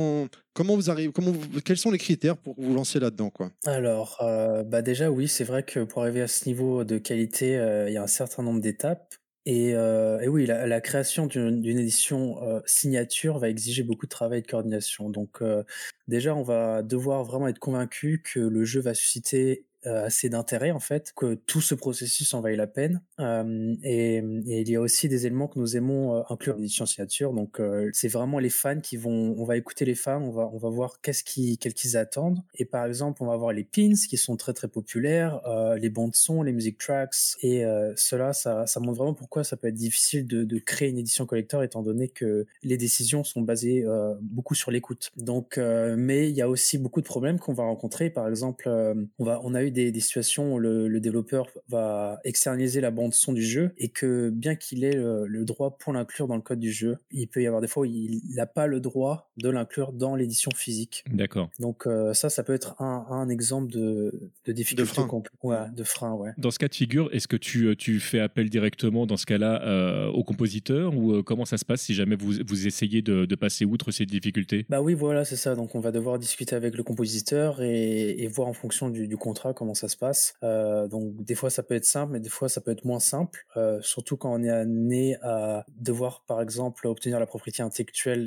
quels sont les critères pour vous lancer là-dedans, quoi? Alors, déjà oui, c'est vrai que pour arriver à ce niveau de qualité, il y a un certain nombre d'étapes. Et oui, la création d'une édition signature va exiger beaucoup de travail et de coordination. Donc déjà, on va devoir vraiment être convaincu que le jeu va susciter assez d'intérêt, en fait, que tout ce processus en vaille la peine. Et il y a aussi des éléments que nous aimons inclure dans l'édition signature. Donc c'est vraiment les fans on va écouter les fans, on va voir qu'est-ce qu'ils attendent. Et par exemple, on va voir les pins qui sont très très populaires, les bandes son, les music tracks, et cela, ça montre vraiment pourquoi ça peut être difficile de créer une édition collector, étant donné que les décisions sont basées beaucoup sur l'écoute. Donc, mais il y a aussi beaucoup de problèmes qu'on va rencontrer. Par exemple, on a eu des situations où le développeur va externaliser la bande son du jeu et que bien qu'il ait le droit pour l'inclure dans le code du jeu, il peut y avoir des fois où il n'a pas le droit de l'inclure dans l'édition physique. D'accord. Donc ça peut être un exemple de difficulté. De frein. De frein, ouais. Dans ce cas de figure, est-ce que tu fais appel directement dans ce cas-là au compositeur ou comment ça se passe si jamais vous essayez de passer outre ces difficultés? Bah oui, voilà, c'est ça. Donc on va devoir discuter avec le compositeur et voir en fonction du contrat comment ça se passe. Donc des fois ça peut être simple, mais des fois ça peut être moins simple. Surtout quand on est amené à devoir, par exemple, obtenir la propriété intellectuelle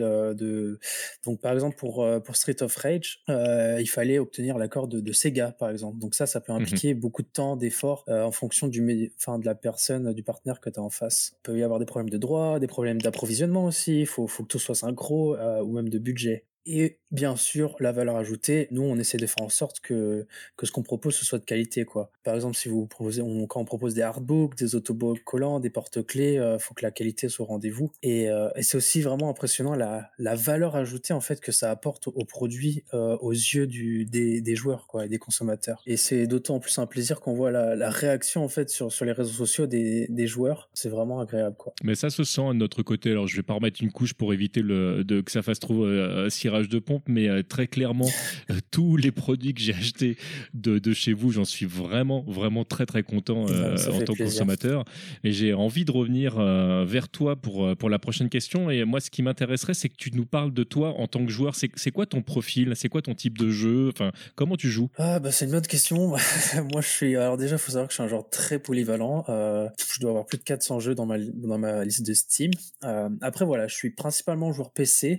Donc par exemple pour Street of Rage, il fallait obtenir l'accord de Sega, par exemple. Donc ça peut impliquer beaucoup de temps, d'efforts en fonction de la personne, du partenaire que tu as en face. Il peut y avoir des problèmes de droit, des problèmes d'approvisionnement aussi. Il faut que tout soit synchro ou même de budget. Et bien sûr, la valeur ajoutée, nous, on essaie de faire en sorte que ce qu'on propose, ce soit de qualité, quoi. Par exemple, si vous proposez, quand on propose des artbooks, des autocollants, des porte-clés, faut que la qualité soit au rendez-vous. Et c'est aussi vraiment impressionnant la valeur ajoutée, en fait, que ça apporte au produit aux yeux des joueurs, quoi, et des consommateurs. Et c'est d'autant plus un plaisir qu'on voit la réaction, en fait, sur les réseaux sociaux des joueurs. C'est vraiment agréable, quoi. Mais ça se sent de notre côté. Alors, je vais pas remettre une couche pour éviter que ça fasse trop cirage de pompe, mais très clairement, tous les produits que j'ai achetés de chez vous, j'en suis vraiment, vraiment très, très content en tant que consommateur. Et j'ai envie de revenir vers toi pour la prochaine question. Et moi, ce qui m'intéresserait, c'est que tu nous parles de toi en tant que joueur. C'est quoi ton profil? C'est quoi ton type de jeu? Enfin, comment tu joues? C'est une bonne question. Moi, alors déjà, il faut savoir que je suis un joueur très polyvalent. Je dois avoir plus de 400 jeux dans ma liste de Steam. Après, voilà, je suis principalement joueur PC.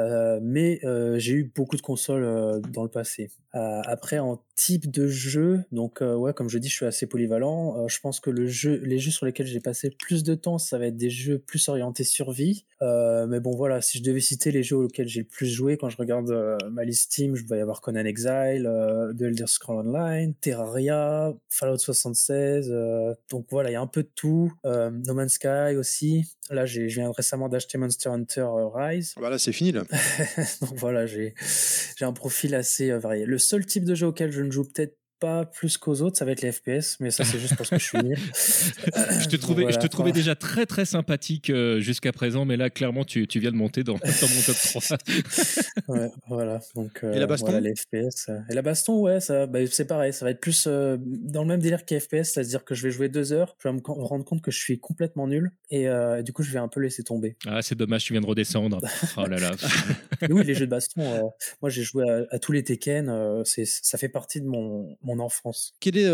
Mais j'ai eu beaucoup de consoles dans le passé. Après, en type de jeu, donc ouais, comme je dis, je suis assez polyvalent. Je pense que les jeux sur lesquels j'ai passé le plus de temps, ça va être des jeux plus orientés survie. Mais bon, voilà, si je devais citer les jeux auxquels j'ai le plus joué, quand je regarde ma liste Steam, je vais y avoir Conan Exile, The Elder Scrolls Online, Terraria, Fallout 76. Donc voilà, il y a un peu de tout. No Man's Sky aussi. Là, je viens récemment d'acheter Monster Hunter Rise. Voilà, c'est fini là. Donc voilà, j'ai un profil assez varié. Le seul type de jeu auquel je ne joue peut-être pas plus qu'aux autres, ça va être les FPS, mais ça c'est juste parce que je suis nul. Je te trouvais déjà très très sympathique jusqu'à présent, mais là clairement tu viens de monter dans mon top 3. Ouais, voilà. Donc, et la baston, voilà, les FPS. Et la baston, ouais, c'est pareil, ça va être plus dans le même délire que FPS, c'est-à-dire que je vais jouer 2 heures, je vais me rendre compte que je suis complètement nul, et du coup je vais un peu laisser tomber. Ah, c'est dommage, tu viens de redescendre. Oh là là. Oui, les jeux de baston, moi j'ai joué à tous les Tekken, ça fait partie de mon enfance. Quelle est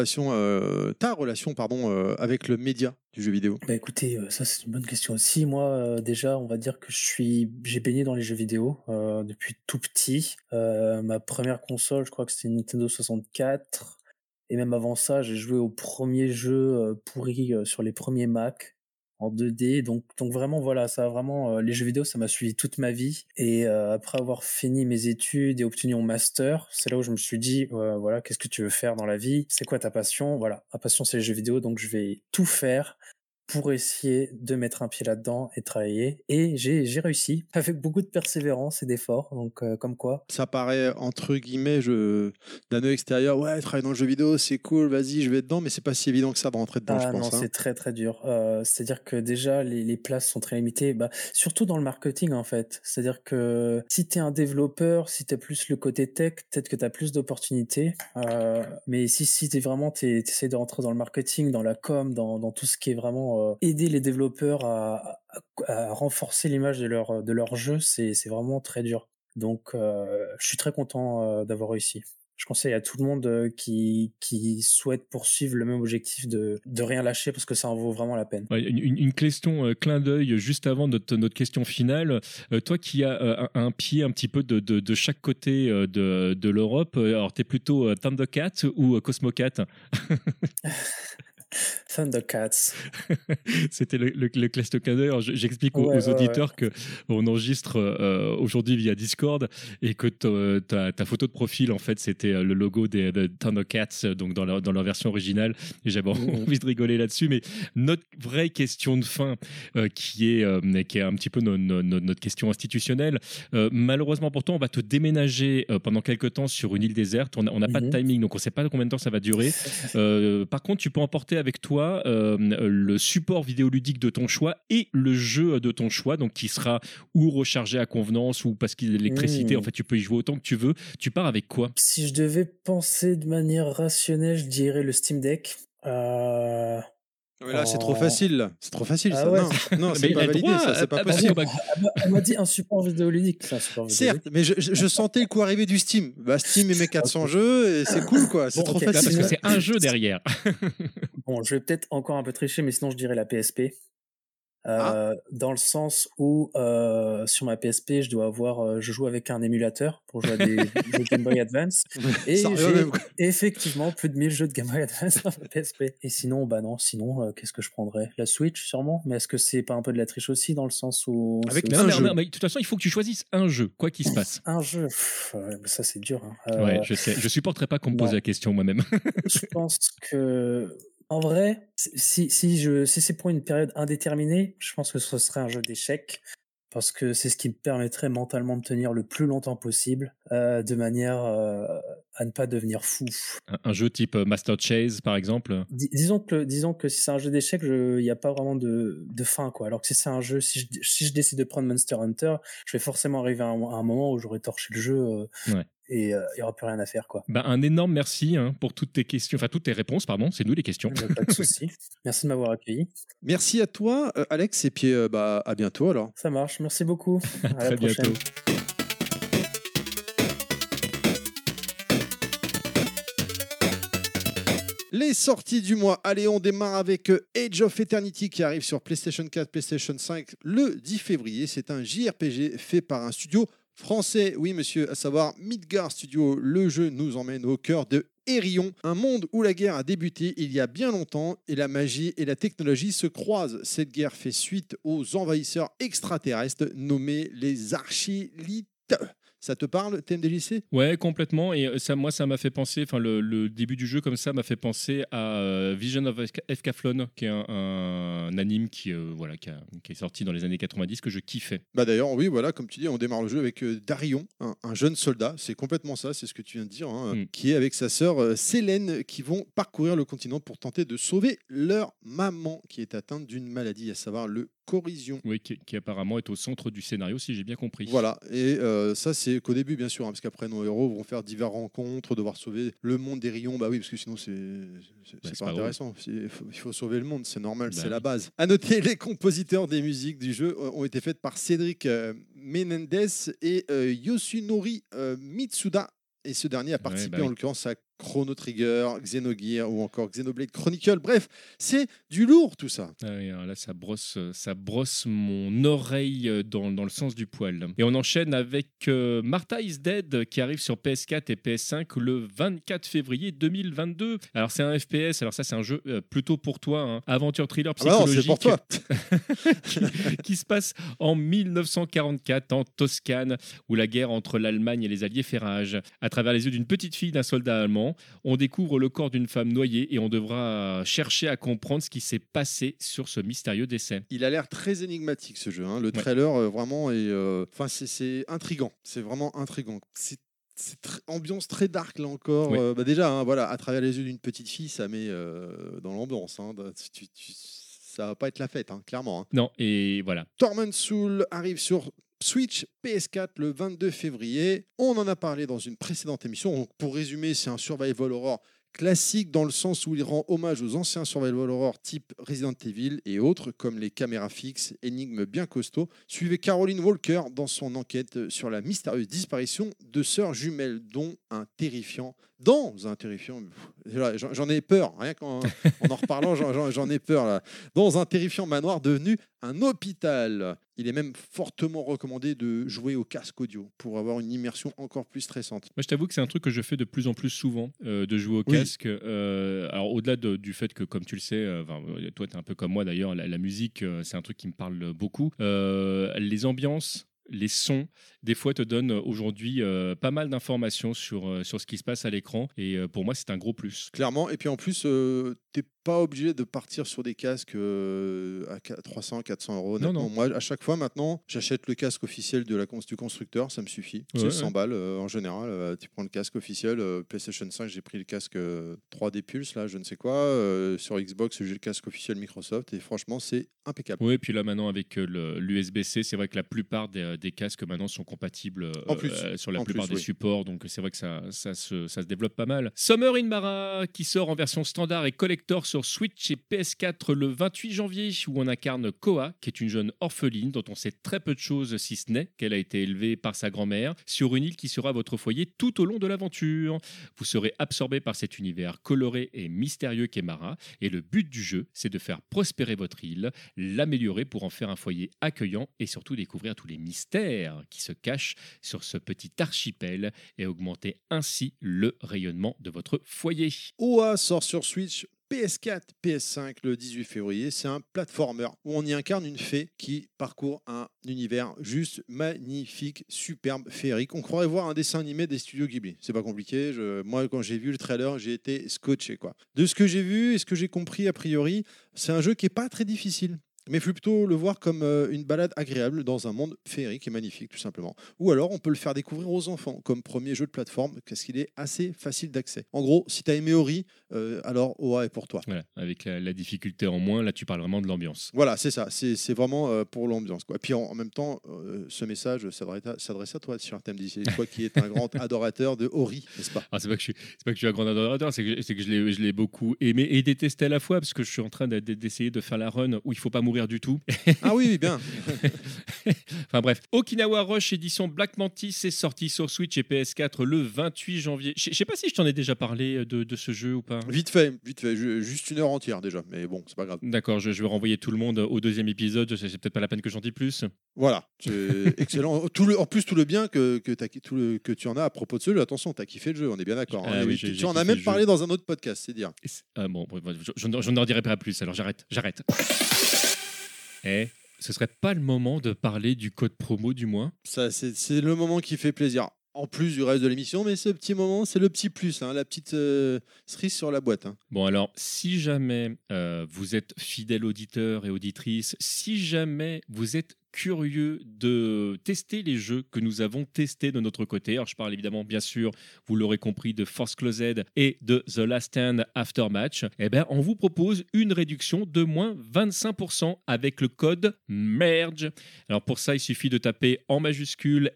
ta relation avec le média du jeu vidéo? Bah écoutez, ça c'est une bonne question aussi. Moi, déjà, on va dire que j'ai baigné dans les jeux vidéo depuis tout petit. Ma première console, je crois que c'était une Nintendo 64. Et même avant ça, j'ai joué aux premiers jeux pourris sur les premiers Mac en 2D. Donc vraiment, voilà, ça a vraiment les jeux vidéo, ça m'a suivi toute ma vie. Et après avoir fini mes études et obtenu mon master, c'est là où je me suis dit, voilà, qu'est-ce que tu veux faire dans la vie? C'est quoi ta passion? Voilà, ma passion c'est les jeux vidéo, donc je vais tout faire pour essayer de mettre un pied là-dedans et travailler. Et j'ai réussi, avec beaucoup de persévérance et d'efforts, donc comme quoi. Ça paraît, entre guillemets, d'un œil extérieur, ouais, travailler dans le jeu vidéo, c'est cool, vas-y, je vais dedans, mais c'est pas si évident que ça de rentrer dedans, je pense. Non, c'est très très dur. C'est-à-dire que déjà, les places sont très limitées, surtout dans le marketing, en fait. C'est-à-dire que si t'es un développeur, si t'as plus le côté tech, peut-être que t'as plus d'opportunités. Mais si t'essaies de rentrer dans le marketing, dans la com, dans tout ce qui est vraiment aider les développeurs à renforcer l'image de leur jeu, c'est vraiment très dur. Donc, je suis très content d'avoir réussi. Je conseille à tout le monde qui souhaite poursuivre le même objectif de rien lâcher parce que ça en vaut vraiment la peine. Ouais, une question clin d'œil juste avant notre question finale. Toi qui as un pied un petit peu de chaque côté de l'Europe, alors t'es plutôt Thundercat ou Cosmocat? Thundercats. C'était le classique clin d'œil. Alors, j'explique aux auditeurs que on enregistre aujourd'hui via Discord et que ta photo de profil, en fait, c'était le logo des Thundercats, donc dans leur version originale. Et j'avais envie de rigoler là-dessus. Mais notre vraie question de fin, qui est un petit peu notre question institutionnelle, malheureusement pour toi, on va te déménager pendant quelques temps sur une île déserte. On n'a pas de timing, donc on ne sait pas combien de temps ça va durer. Par contre, tu peux emporter avec toi le support vidéoludique de ton choix et le jeu de ton choix, donc qui sera ou rechargé à convenance ou parce qu'il y a de l'électricité. En fait, tu peux y jouer autant que tu veux. Tu pars avec quoi? Si je devais penser de manière rationnelle, je dirais le Steam Deck. Mais là, c'est trop facile. Là. C'est trop facile, ça. Ouais. Non, c'est pas validé, ça. C'est pas possible. On m'a dit un support vidéoludique. Certes, mais je sentais le coup arriver du Steam. Steam émet 400 jeux et c'est cool, quoi. C'est trop facile. Parce que c'est un jeu derrière. Bon, je vais peut-être encore un peu tricher, mais sinon, je dirais la PSP. Dans le sens où sur ma PSP je joue avec un émulateur pour jouer à des jeux Game Boy Advance et j'ai effectivement plus de 1000 jeux de Game Boy Advance dans ma PSP. Et sinon qu'est-ce que je prendrais? La Switch sûrement, mais est-ce que c'est pas un peu de la triche aussi dans le sens où mais de toute façon il faut que tu choisisses un jeu quoi qu'il se passe. Un jeu, ça c'est dur hein. Ouais, je sais, je supporterais pas qu'on me pose la question moi-même. Je pense que en vrai, si c'est pour une période indéterminée, je pense que ce serait un jeu d'échecs parce que c'est ce qui me permettrait mentalement de tenir le plus longtemps possible, de manière à ne pas devenir fou. Un jeu type Master Chase, par exemple. Disons que si c'est un jeu d'échecs, il n'y a pas vraiment de fin, quoi. Alors que si c'est un jeu, si je décide de prendre Monster Hunter, je vais forcément arriver à un moment où j'aurai torché le jeu. Et il n'y aura plus rien à faire, quoi. Un énorme merci pour toutes tes questions, enfin toutes tes réponses, pardon, c'est nous les questions. Pas de souci. Merci de m'avoir accueilli. Merci à toi, Alex, et puis à bientôt alors. Ça marche, merci beaucoup. À très bientôt. Les sorties du mois. Allez, on démarre avec Age of Eternity qui arrive sur PlayStation 4, PlayStation 5 le 10 février. C'est un JRPG fait par un studio français, oui monsieur, à savoir Midgar Studio. Le jeu nous emmène au cœur de Erion, un monde où la guerre a débuté il y a bien longtemps et la magie et la technologie se croisent. Cette guerre fait suite aux envahisseurs extraterrestres nommés les Archilites. Ça te parle, TMDJC? Ouais, complètement. Et ça m'a fait penser, le début du jeu comme ça m'a fait penser à Vision of Escaflowne, qui est un anime qui est sorti dans les années 90 que je kiffais. D'ailleurs, oui, voilà, comme tu dis, on démarre le jeu avec Darion, un jeune soldat. C'est complètement ça, c'est ce que tu viens de dire, qui est avec sa sœur Célène, qui vont parcourir le continent pour tenter de sauver leur maman, qui est atteinte d'une maladie, à savoir le Corizion. Oui, qui apparemment est au centre du scénario, si j'ai bien compris. Voilà, et ça c'est qu'au début bien sûr, parce qu'après nos héros vont faire diverses rencontres, devoir sauver le monde des Rions, oui, parce que sinon c'est pas intéressant. Il faut sauver le monde, c'est normal, c'est la base. À noter, les compositeurs des musiques du jeu ont été faites par Cédric Menendez et Yosunori Mitsuda, et ce dernier a participé en l'occurrence à Chrono Trigger, Xenogears ou encore Xenoblade Chronicle. Bref, c'est du lourd tout ça. Là, ça brosse mon oreille dans le sens du poil. Et on enchaîne avec Martha is Dead qui arrive sur PS4 et PS5 le 24 février 2022. Alors c'est un FPS, alors ça c'est un jeu plutôt pour toi, aventure thriller psychologique. C'est pour toi. qui se passe en 1944 en Toscane, où la guerre entre l'Allemagne et les Alliés fait rage. À travers les yeux d'une petite fille d'un soldat allemand, on découvre le corps d'une femme noyée et on devra chercher à comprendre ce qui s'est passé sur ce mystérieux décès. Il a l'air très énigmatique ce jeu. Le trailer vraiment est, c'est intriguant. C'est vraiment intriguant. C'est ambiance très dark là encore. Oui. Déjà, à travers les yeux d'une petite fille, ça met dans l'ambiance. Ça va pas être la fête, clairement. Non, et voilà. Torment Soul arrive sur Switch, PS4 le 22 février. On en a parlé dans une précédente émission. Donc, pour résumer, c'est un survival horror classique dans le sens où il rend hommage aux anciens survival horror type Resident Evil et autres, comme les caméras fixes, énigmes bien costauds. Suivez Caroline Walker dans son enquête sur la mystérieuse disparition de sœurs jumelles, dont un terrifiant dans un terrifiant... J'en ai peur, rien qu'en en reparlant, j'en ai peur là. Dans un terrifiant manoir devenu un hôpital. Il est même fortement recommandé de jouer au casque audio pour avoir une immersion encore plus stressante. Moi, je t'avoue que c'est un truc que je fais de plus en plus souvent, de jouer au Oui. casque. Alors, au-delà du fait que, comme tu le sais, toi, tu es un peu comme moi d'ailleurs, la musique, c'est un truc qui me parle beaucoup. Les ambiances, les sons, des fois, te donnent aujourd'hui pas mal d'informations sur ce qui se passe à l'écran. Et pour moi, c'est un gros plus. Clairement. Et puis en plus, t'es pas obligé de partir sur des casques à 300, 400 euros. Honnêtement. Non. Moi, à chaque fois maintenant, j'achète le casque officiel du constructeur, ça me suffit. C'est Ouais, 100 balles en général. Tu prends le casque officiel. PlayStation 5, j'ai pris le casque 3D Pulse, là, je ne sais quoi. Sur Xbox, j'ai le casque officiel Microsoft. Et franchement, c'est impeccable. Oui, et puis là, maintenant, avec l'USB-C, c'est vrai que la plupart des casques maintenant sont compatibles sur la plupart des supports. Donc, c'est vrai que ça se développe pas mal. Summer in Mara, qui sort en version standard et collector sur Switch et PS4 le 28 janvier, où on incarne Koa, qui est une jeune orpheline dont on sait très peu de choses, si ce n'est qu'elle a été élevée par sa grand-mère sur une île qui sera votre foyer tout au long de l'aventure. Vous serez absorbé par cet univers coloré et mystérieux qu'est Mara, et le but du jeu, c'est de faire prospérer votre île, l'améliorer pour en faire un foyer accueillant et surtout découvrir tous les mystères qui se cachent sur ce petit archipel et augmenter ainsi le rayonnement de votre foyer. OA sort sur Switch, PS4, PS5 le 18 février. C'est un platformer où on y incarne une fée qui parcourt un univers juste magnifique, superbe, féerique. On croirait voir un dessin animé des studios Ghibli. C'est pas compliqué. Moi, quand j'ai vu le trailer, j'ai été scotché, quoi. De ce que j'ai vu et ce que j'ai compris a priori, c'est un jeu qui est pas très difficile. Mais il faut plutôt le voir comme une balade agréable dans un monde féerique et magnifique, tout simplement. Ou alors, on peut le faire découvrir aux enfants comme premier jeu de plateforme, parce qu'il est assez facile d'accès. En gros, si tu as aimé Ori, alors OA est pour toi. Voilà, avec la difficulté en moins, là tu parles vraiment de l'ambiance. Voilà, c'est ça. C'est vraiment pour l'ambiance, quoi. Et puis en même temps, ce message s'adresse à toi, sur Thème. C'est toi qui es un grand adorateur de Ori, n'est-ce pas? Ah, c'est pas que je suis un grand adorateur, c'est que je l'ai beaucoup aimé et détesté à la fois, parce que je suis en train d'essayer de faire la run où il faut pas mourir du tout. Ah oui, bien. Enfin bref, Okinawa Rush édition Black Mantis est sorti sur Switch et PS4 le 28 janvier. Je sais pas si je t'en ai déjà parlé de ce jeu ou pas. Vite fait, juste une heure entière déjà, mais bon, c'est pas grave. D'accord, je vais renvoyer tout le monde au deuxième épisode, c'est peut-être pas la peine que j'en dise plus. Voilà, c'est excellent. En plus, tout le bien que tu en as à propos de ce jeu, attention, tu as kiffé le jeu, on est bien d'accord. Ah, oui, tu en as même parlé dans un autre podcast, c'est dire. Bon, je n'en dirai pas plus, alors j'arrête. Ce serait pas le moment de parler du code promo du mois? Ça, c'est le moment qui fait plaisir. En plus du reste de l'émission, mais ce petit moment, c'est le petit plus, hein, la petite cerise sur la boîte. Hein. Bon, alors, si jamais vous êtes fidèle auditeur et auditrice, si jamais vous êtes curieux de tester les jeux que nous avons testés de notre côté. Alors, je parle évidemment, bien sûr, vous l'aurez compris, de Force Closed et de The Last Stand Aftermatch. Eh bien, on vous propose une réduction de moins 25% avec le code MERGE. Alors, pour ça, il suffit de taper en majuscule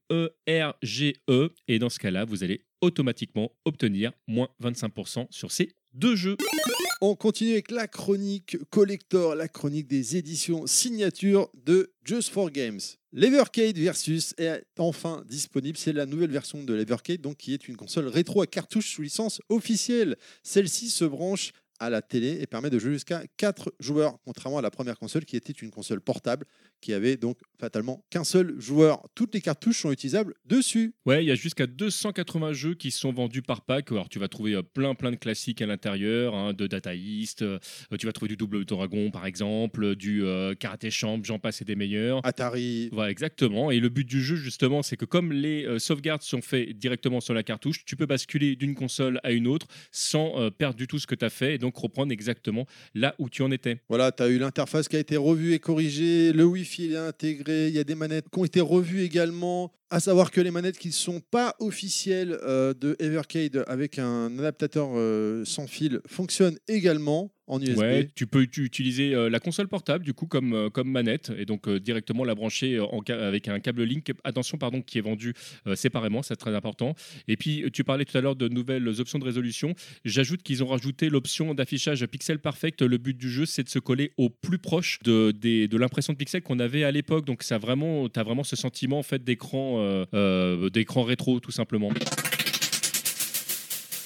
MERGE et dans ce cas-là, vous allez automatiquement obtenir moins 25% sur ces deux jeux. On continue avec la chronique collector, la chronique des éditions signature de Just for Games. L'Evercade Versus est enfin disponible. C'est la nouvelle version de l'Evercade, donc qui est une console rétro à cartouche sous licence officielle. Celle-ci se branche à la télé et permet de jouer jusqu'à 4 joueurs, contrairement à la première console qui était une console portable qui avait donc fatalement qu'un seul joueur. Toutes les cartouches sont utilisables dessus. Ouais, il y a jusqu'à 280 jeux qui sont vendus par pack. Alors tu vas trouver plein de classiques à l'intérieur, hein, de Data East, tu vas trouver du Double Dragon par exemple, du Karate Champ, j'en passe et des meilleurs. Atari. Voilà, exactement. Et le but du jeu justement, c'est que comme les sauvegardes sont faits directement sur la cartouche, tu peux basculer d'une console à une autre sans perdre du tout ce que tu as fait et donc reprendre exactement là où tu en étais. Voilà, tu as eu l'interface qui a été revue et corrigée, le Wi-Fi est intégré, il y a des manettes qui ont été revues également, à savoir que les manettes qui ne sont pas officielles de Evercade avec un adaptateur sans fil fonctionnent également en USB. Ouais, tu peux utiliser la console portable du coup comme manette et donc directement la brancher avec un câble Link. Attention, pardon, qui est vendu séparément, c'est très important. Et puis tu parlais tout à l'heure de nouvelles options de résolution. J'ajoute qu'ils ont rajouté l'option d'affichage pixel perfect. Le but du jeu, c'est de se coller au plus proche de l'impression de pixels qu'on avait à l'époque. Donc t'as vraiment ce sentiment en fait d'écran rétro tout simplement.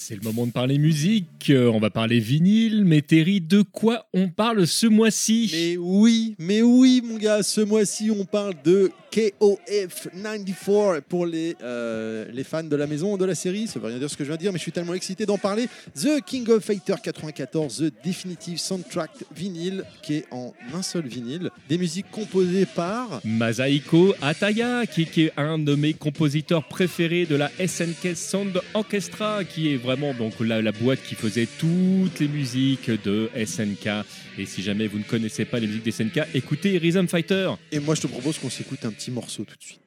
C'est le moment de parler musique, on va parler vinyle, mais Terry, de quoi on parle ce mois-ci? Mais oui, mon gars, ce mois-ci, on parle de KOF 94 pour les fans de la maison de la série. Ça veut rien dire ce que je viens de dire, mais je suis tellement excité d'en parler. The King of Fighter 94, The Definitive Soundtrack vinyle, qui est en un seul vinyle. Des musiques composées par Masahiko Ataya, qui est un de mes compositeurs préférés de la SNK Sound Orchestra, qui est vraiment donc la boîte qui faisait toutes les musiques de SNK. Et si jamais vous ne connaissez pas les musiques des SNK, écoutez Rhythm Fighter. Et moi, je te propose qu'on s'écoute un petit morceau tout de suite.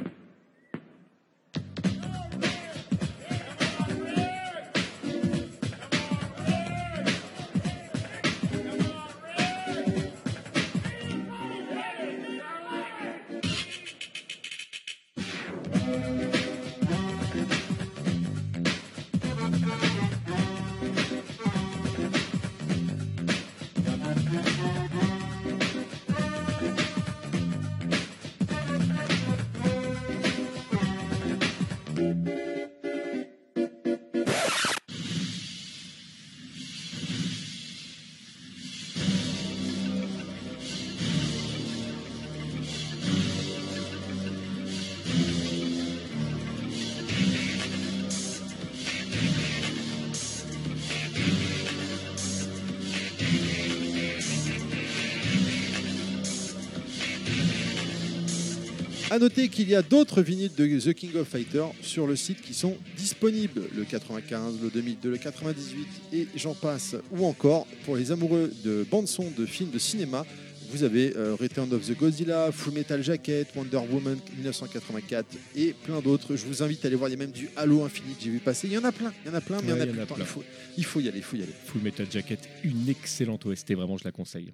A noter qu'il y a d'autres vinyles de The King of Fighter sur le site qui sont disponibles, le 95, le 2002, le 98 et j'en passe, ou encore pour les amoureux de bande-son de films de cinéma, vous avez Return of the Godzilla, Full Metal Jacket, Wonder Woman 1984 et plein d'autres. Je vous invite à aller voir, il y a même du Halo Infinite, j'ai vu passer, il y en a plein, mais il y en a plus de temps. Il faut y aller. Full Metal Jacket, une excellente OST, vraiment je la conseille.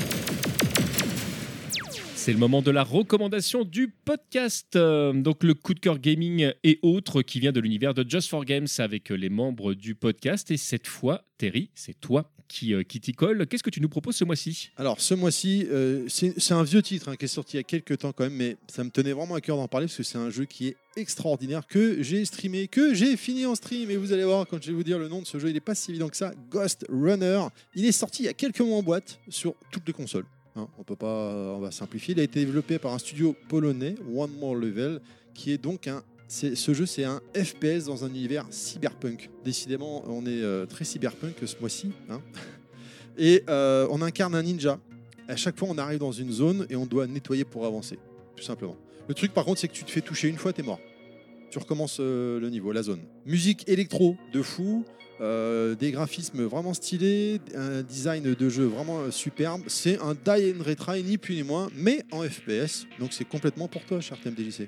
C'est le moment de la recommandation du podcast. Donc le coup de cœur gaming et autres qui vient de l'univers de Just for Games avec les membres du podcast. Et cette fois, Terry, c'est toi qui t'y colle. Qu'est-ce que tu nous proposes ce mois-ci ? Alors ce mois-ci, c'est un vieux titre qui est sorti il y a quelques temps quand même, mais ça me tenait vraiment à cœur d'en parler parce que c'est un jeu qui est extraordinaire, que j'ai streamé, que j'ai fini en stream, et vous allez voir quand je vais vous dire le nom de ce jeu, il n'est pas si évident que ça. Ghost Runner. Il est sorti il y a quelques mois en boîte sur toutes les consoles. On va simplifier. Il a été développé par un studio polonais, One More Level, qui est donc ce jeu, c'est un FPS dans un univers cyberpunk. Décidément, on est très cyberpunk ce mois-ci. Et on incarne un ninja. À chaque fois, on arrive dans une zone et on doit nettoyer pour avancer, tout simplement. Le truc, par contre, c'est que tu te fais toucher une fois, t'es mort. Tu recommences le niveau, la zone. Musique électro de fou. Des graphismes vraiment stylés, un design de jeu vraiment superbe. C'est un die and retry, ni plus ni moins, mais en FPS. Donc c'est complètement pour toi, cher TMDJC.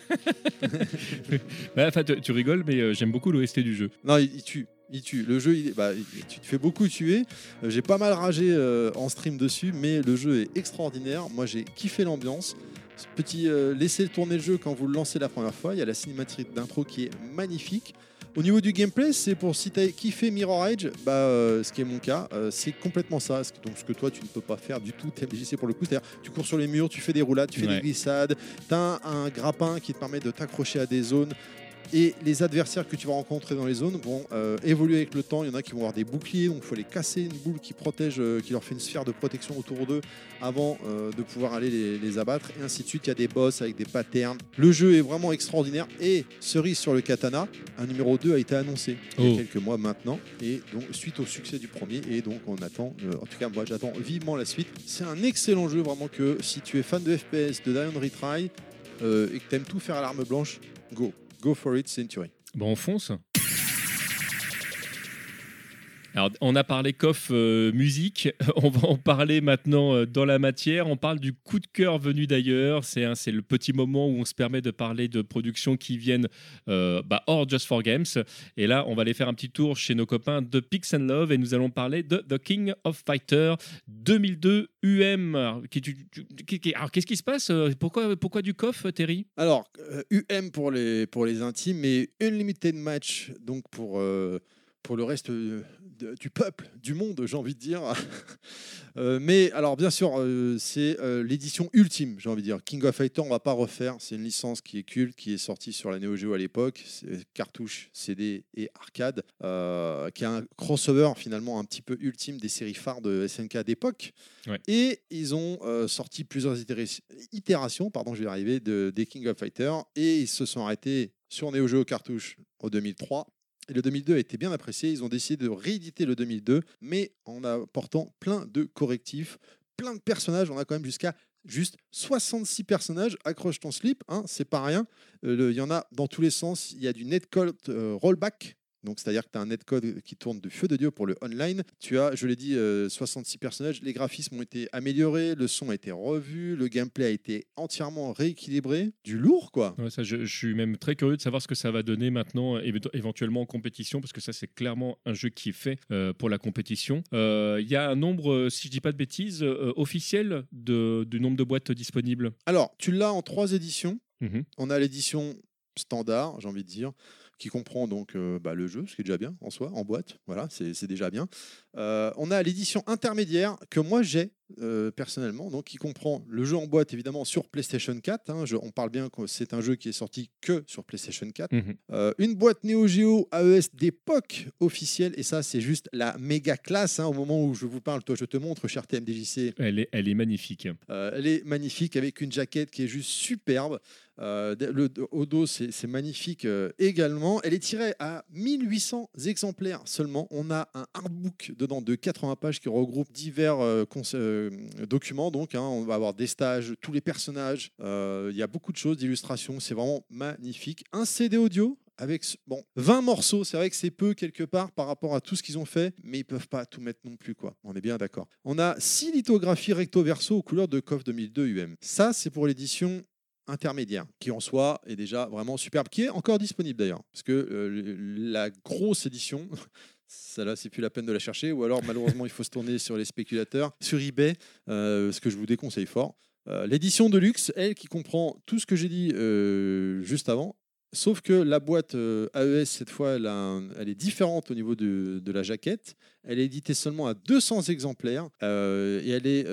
Tu rigoles, mais j'aime beaucoup l'OST du jeu. Non, il tue. Le jeu, tu te fais beaucoup tuer. J'ai pas mal ragé en stream dessus, mais le jeu est extraordinaire. Moi, j'ai kiffé l'ambiance. Laissez tourner le jeu quand vous le lancez la première fois. Il y a la cinématique d'intro qui est magnifique. Au niveau du gameplay, c'est pour si tu as kiffé Mirror Edge, ce qui est mon cas, c'est complètement ça. Donc ce que toi tu ne peux pas faire du tout, TMDJC pour le coup, c'est-à-dire tu cours sur les murs, tu fais des roulades, tu fais des glissades, tu as un grappin qui te permet de t'accrocher à des zones. Et les adversaires que tu vas rencontrer dans les zones vont évoluer avec le temps. Il y en a qui vont avoir des boucliers, donc il faut les casser, une boule qui protège, qui leur fait une sphère de protection autour d'eux avant de pouvoir aller les abattre. Et ainsi de suite, il y a des boss avec des patterns. Le jeu est vraiment extraordinaire. Et cerise sur le katana, un numéro 2 a été annoncé il y a quelques mois maintenant. Et donc, suite au succès du premier, et donc on attend, en tout cas moi j'attends vivement la suite. C'est un excellent jeu, vraiment, que si tu es fan de FPS, de Die and Retry, et que tu aimes tout faire à l'arme blanche, Go for it, Century. Bon, on fonce. Alors, on a parlé KOF musique, on va en parler maintenant dans la matière. On parle du coup de cœur venu d'ailleurs. C'est le petit moment où on se permet de parler de productions qui viennent hors Just for Games. Et là, on va aller faire un petit tour chez nos copains de Pix and Love et nous allons parler de The King of Fighter 2002 UM. Alors, qu'est-ce qui se passe ? Pourquoi du KOF, Terry ? Alors, UM pour les intimes, mais Unlimited Match, donc pour pour le reste du peuple, du monde, j'ai envie de dire. Mais alors, bien sûr, c'est l'édition ultime, j'ai envie de dire. King of Fighters, on va pas refaire. C'est une licence qui est culte, qui est sortie sur la Neo Geo à l'époque, cartouche, CD et arcade, qui a un crossover finalement un petit peu ultime des séries phares de SNK d'époque. Ouais. Et ils ont sorti plusieurs itérations, je vais y arriver, des King of Fighters, et ils se sont arrêtés sur Neo Geo cartouche au 2003. Et le 2002 a été bien apprécié. Ils ont décidé de rééditer le 2002, mais en apportant plein de correctifs, plein de personnages. On a quand même jusqu'à juste 66 personnages. Accroche ton slip, hein, c'est pas rien. Il y en a dans tous les sens. Il y a du netcode rollback. Donc, c'est-à-dire que tu as un netcode qui tourne de feu de Dieu pour le online. Tu as, je l'ai dit, 66 personnages. Les graphismes ont été améliorés, le son a été revu, le gameplay a été entièrement rééquilibré. Du lourd, quoi. Ouais, ça, je suis même très curieux de savoir ce que ça va donner maintenant, éventuellement en compétition, parce que ça, c'est clairement un jeu qui est fait pour la compétition. Il y a un nombre, si je dis pas de bêtises, officiel du nombre de boîtes disponibles. Alors, tu l'as en 3 éditions. Mhm. On a l'édition standard, j'ai envie de dire, qui comprend donc le jeu, ce qui est déjà bien en soi, en boîte. Voilà, c'est déjà bien. On a l'édition intermédiaire que moi j'ai personnellement, donc qui comprend le jeu en boîte évidemment sur PlayStation 4. Hein, on parle bien que c'est un jeu qui est sorti que sur PlayStation 4. Une boîte Neo Geo AES d'époque officielle, et ça c'est juste la méga classe. Hein, au moment où je vous parle, toi je te montre, cher TMDJC. Elle est magnifique. Elle est magnifique avec une jaquette qui est juste superbe. Au dos, c'est magnifique également. Elle est tirée à 1800 exemplaires seulement. On a un artbook dedans de 80 pages qui regroupe divers documents. Donc, hein, on va avoir des stages, tous les personnages. Il y a beaucoup de choses, d'illustrations. C'est vraiment magnifique. Un CD audio avec 20 morceaux. C'est vrai que c'est peu quelque part par rapport à tout ce qu'ils ont fait, mais ils peuvent pas tout mettre non plus, quoi. On est bien d'accord. On a 6 lithographies recto-verso aux couleurs de KOF 2002 UM. Ça, c'est pour l'édition intermédiaire, qui en soi est déjà vraiment superbe, qui est encore disponible d'ailleurs, parce que la grosse édition, celle-là, c'est plus la peine de la chercher, ou alors malheureusement il faut se tourner sur les spéculateurs, sur eBay, ce que je vous déconseille fort. L'édition de luxe, elle, qui comprend tout ce que j'ai dit juste avant, sauf que la boîte AES, cette fois, elle est différente au niveau de la jaquette. Elle est éditée seulement à 200 exemplaires, et elle est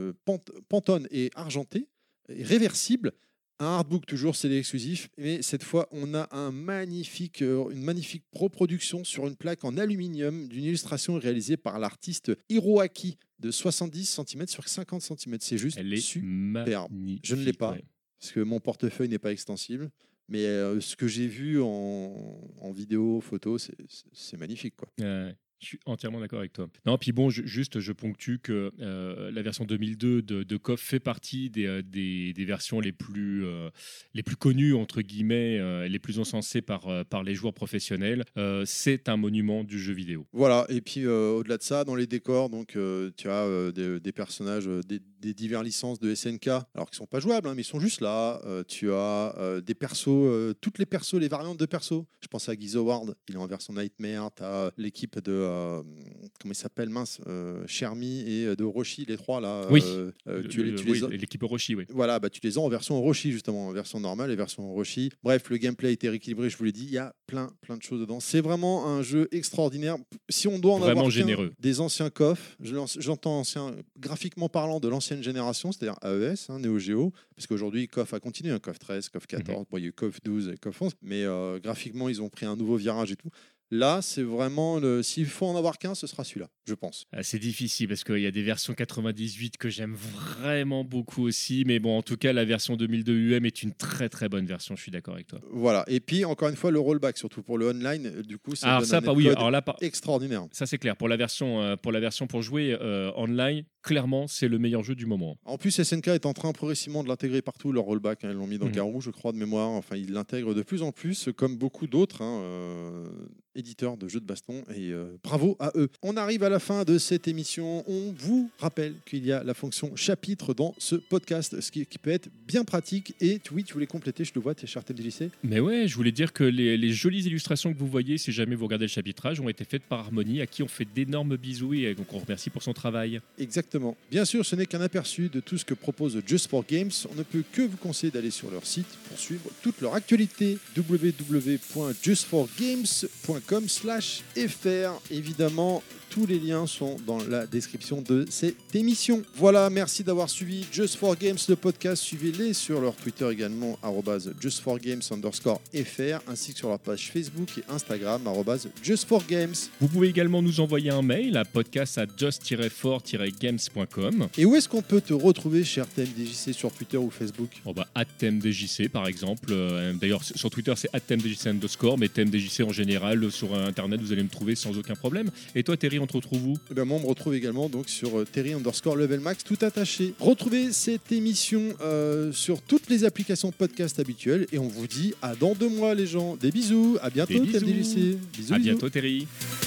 Pantone et argentée, et réversible. Un artbook toujours, c'est exclusif, mais cette fois, on a une magnifique reproduction sur une plaque en aluminium d'une illustration réalisée par l'artiste Hiroaki de 70 cm sur 50 cm. C'est juste superbe. Je ne l'ai pas, parce que mon portefeuille n'est pas extensible, mais ce que j'ai vu en vidéo, photo, c'est magnifique, quoi. Je suis entièrement d'accord avec toi. Non, puis bon, je ponctue que la version 2002 de KOF fait partie des versions les plus connues, entre guillemets, les plus encensées par les joueurs professionnels. C'est un monument du jeu vidéo. Voilà, et puis au-delà de ça, dans les décors, donc, tu as des personnages, des diverses licences de SNK, alors qu'ils ne sont pas jouables, hein, mais ils sont juste là. Tu as des persos, toutes les persos, les variantes de persos. Je pense à Gizoward, il est en version Nightmare. Tu as l'équipe de comment il s'appelle, Shermie et de Orochi, les trois là. Oui, l'équipe Orochi, oui. Voilà, tu les as en version Orochi, justement, en version normale et version Orochi. Bref, le gameplay a été rééquilibré, je vous l'ai dit, il y a plein de choses dedans. C'est vraiment un jeu extraordinaire. Si on doit en vraiment avoir généreux. Des anciens KOF, j'entends ancien, graphiquement parlant, de l'ancienne génération, c'est-à-dire AES, hein, Neo Geo, parce qu'aujourd'hui KOF a continué, hein, KOF 13, KOF 14, il y a eu KOF 12 et KOF 11, mais graphiquement ils ont pris un nouveau virage et tout. Là, c'est vraiment s'il faut en avoir qu'un, ce sera celui-là, je pense. C'est difficile parce qu'il y a des versions 98 que j'aime vraiment beaucoup aussi, mais bon, en tout cas, la version 2002 UM est une très très bonne version. Je suis d'accord avec toi. Voilà. Et puis encore une fois, le rollback, surtout pour le online, du coup, alors ça, extraordinaire. Ça c'est clair. Pour la version pour jouer online, clairement, c'est le meilleur jeu du moment. En plus, SNK est en train progressivement de l'intégrer partout, leur rollback. Hein, ils l'ont mis dans Garou, je crois, de mémoire. Enfin, ils l'intègrent de plus en plus, comme beaucoup d'autres éditeurs de jeux de baston. Et bravo à eux. On arrive à la fin de cette émission. On vous rappelle qu'il y a la fonction chapitre dans ce podcast, ce qui peut être bien pratique. Et oui, tu voulais compléter, je le vois, tes chers TMDJC. Mais ouais, je voulais dire que les jolies illustrations que vous voyez, si jamais vous regardez le chapitrage, ont été faites par Harmony, à qui on fait d'énormes bisous et donc on remercie pour son travail. Exactement. Bien sûr, ce n'est qu'un aperçu de tout ce que propose Just for Games. On ne peut que vous conseiller d'aller sur leur site pour suivre toute leur actualité, www.justforgames.com. tmdjc.com/fr. Évidemment, tous les liens sont dans la description de cette émission. Voilà, merci d'avoir suivi Just for Games, le podcast. Suivez-les sur leur Twitter également, @justforgames_fr, ainsi que sur leur page Facebook et Instagram, @justforgames. Vous pouvez également nous envoyer un mail à podcast@just-for-games.com. Et où est-ce qu'on peut te retrouver, cher TMDJC, sur Twitter ou Facebook? @tmdjc par exemple. D'ailleurs, sur Twitter, c'est @tmdjc_, mais TMDJC en général, sur Internet, vous allez me trouver sans aucun problème. Et toi, Terry, on te retrouve où? Eh ben, moi, on me retrouve également donc, sur Terry_levelmax, tout attaché. Retrouvez cette émission sur toutes les applications de podcast habituelles. Et on vous dit à dans 2 mois, les gens. Des bisous. À bientôt, Des bisous. TMDJC. Bisous, À bisous. bientôt, Terry.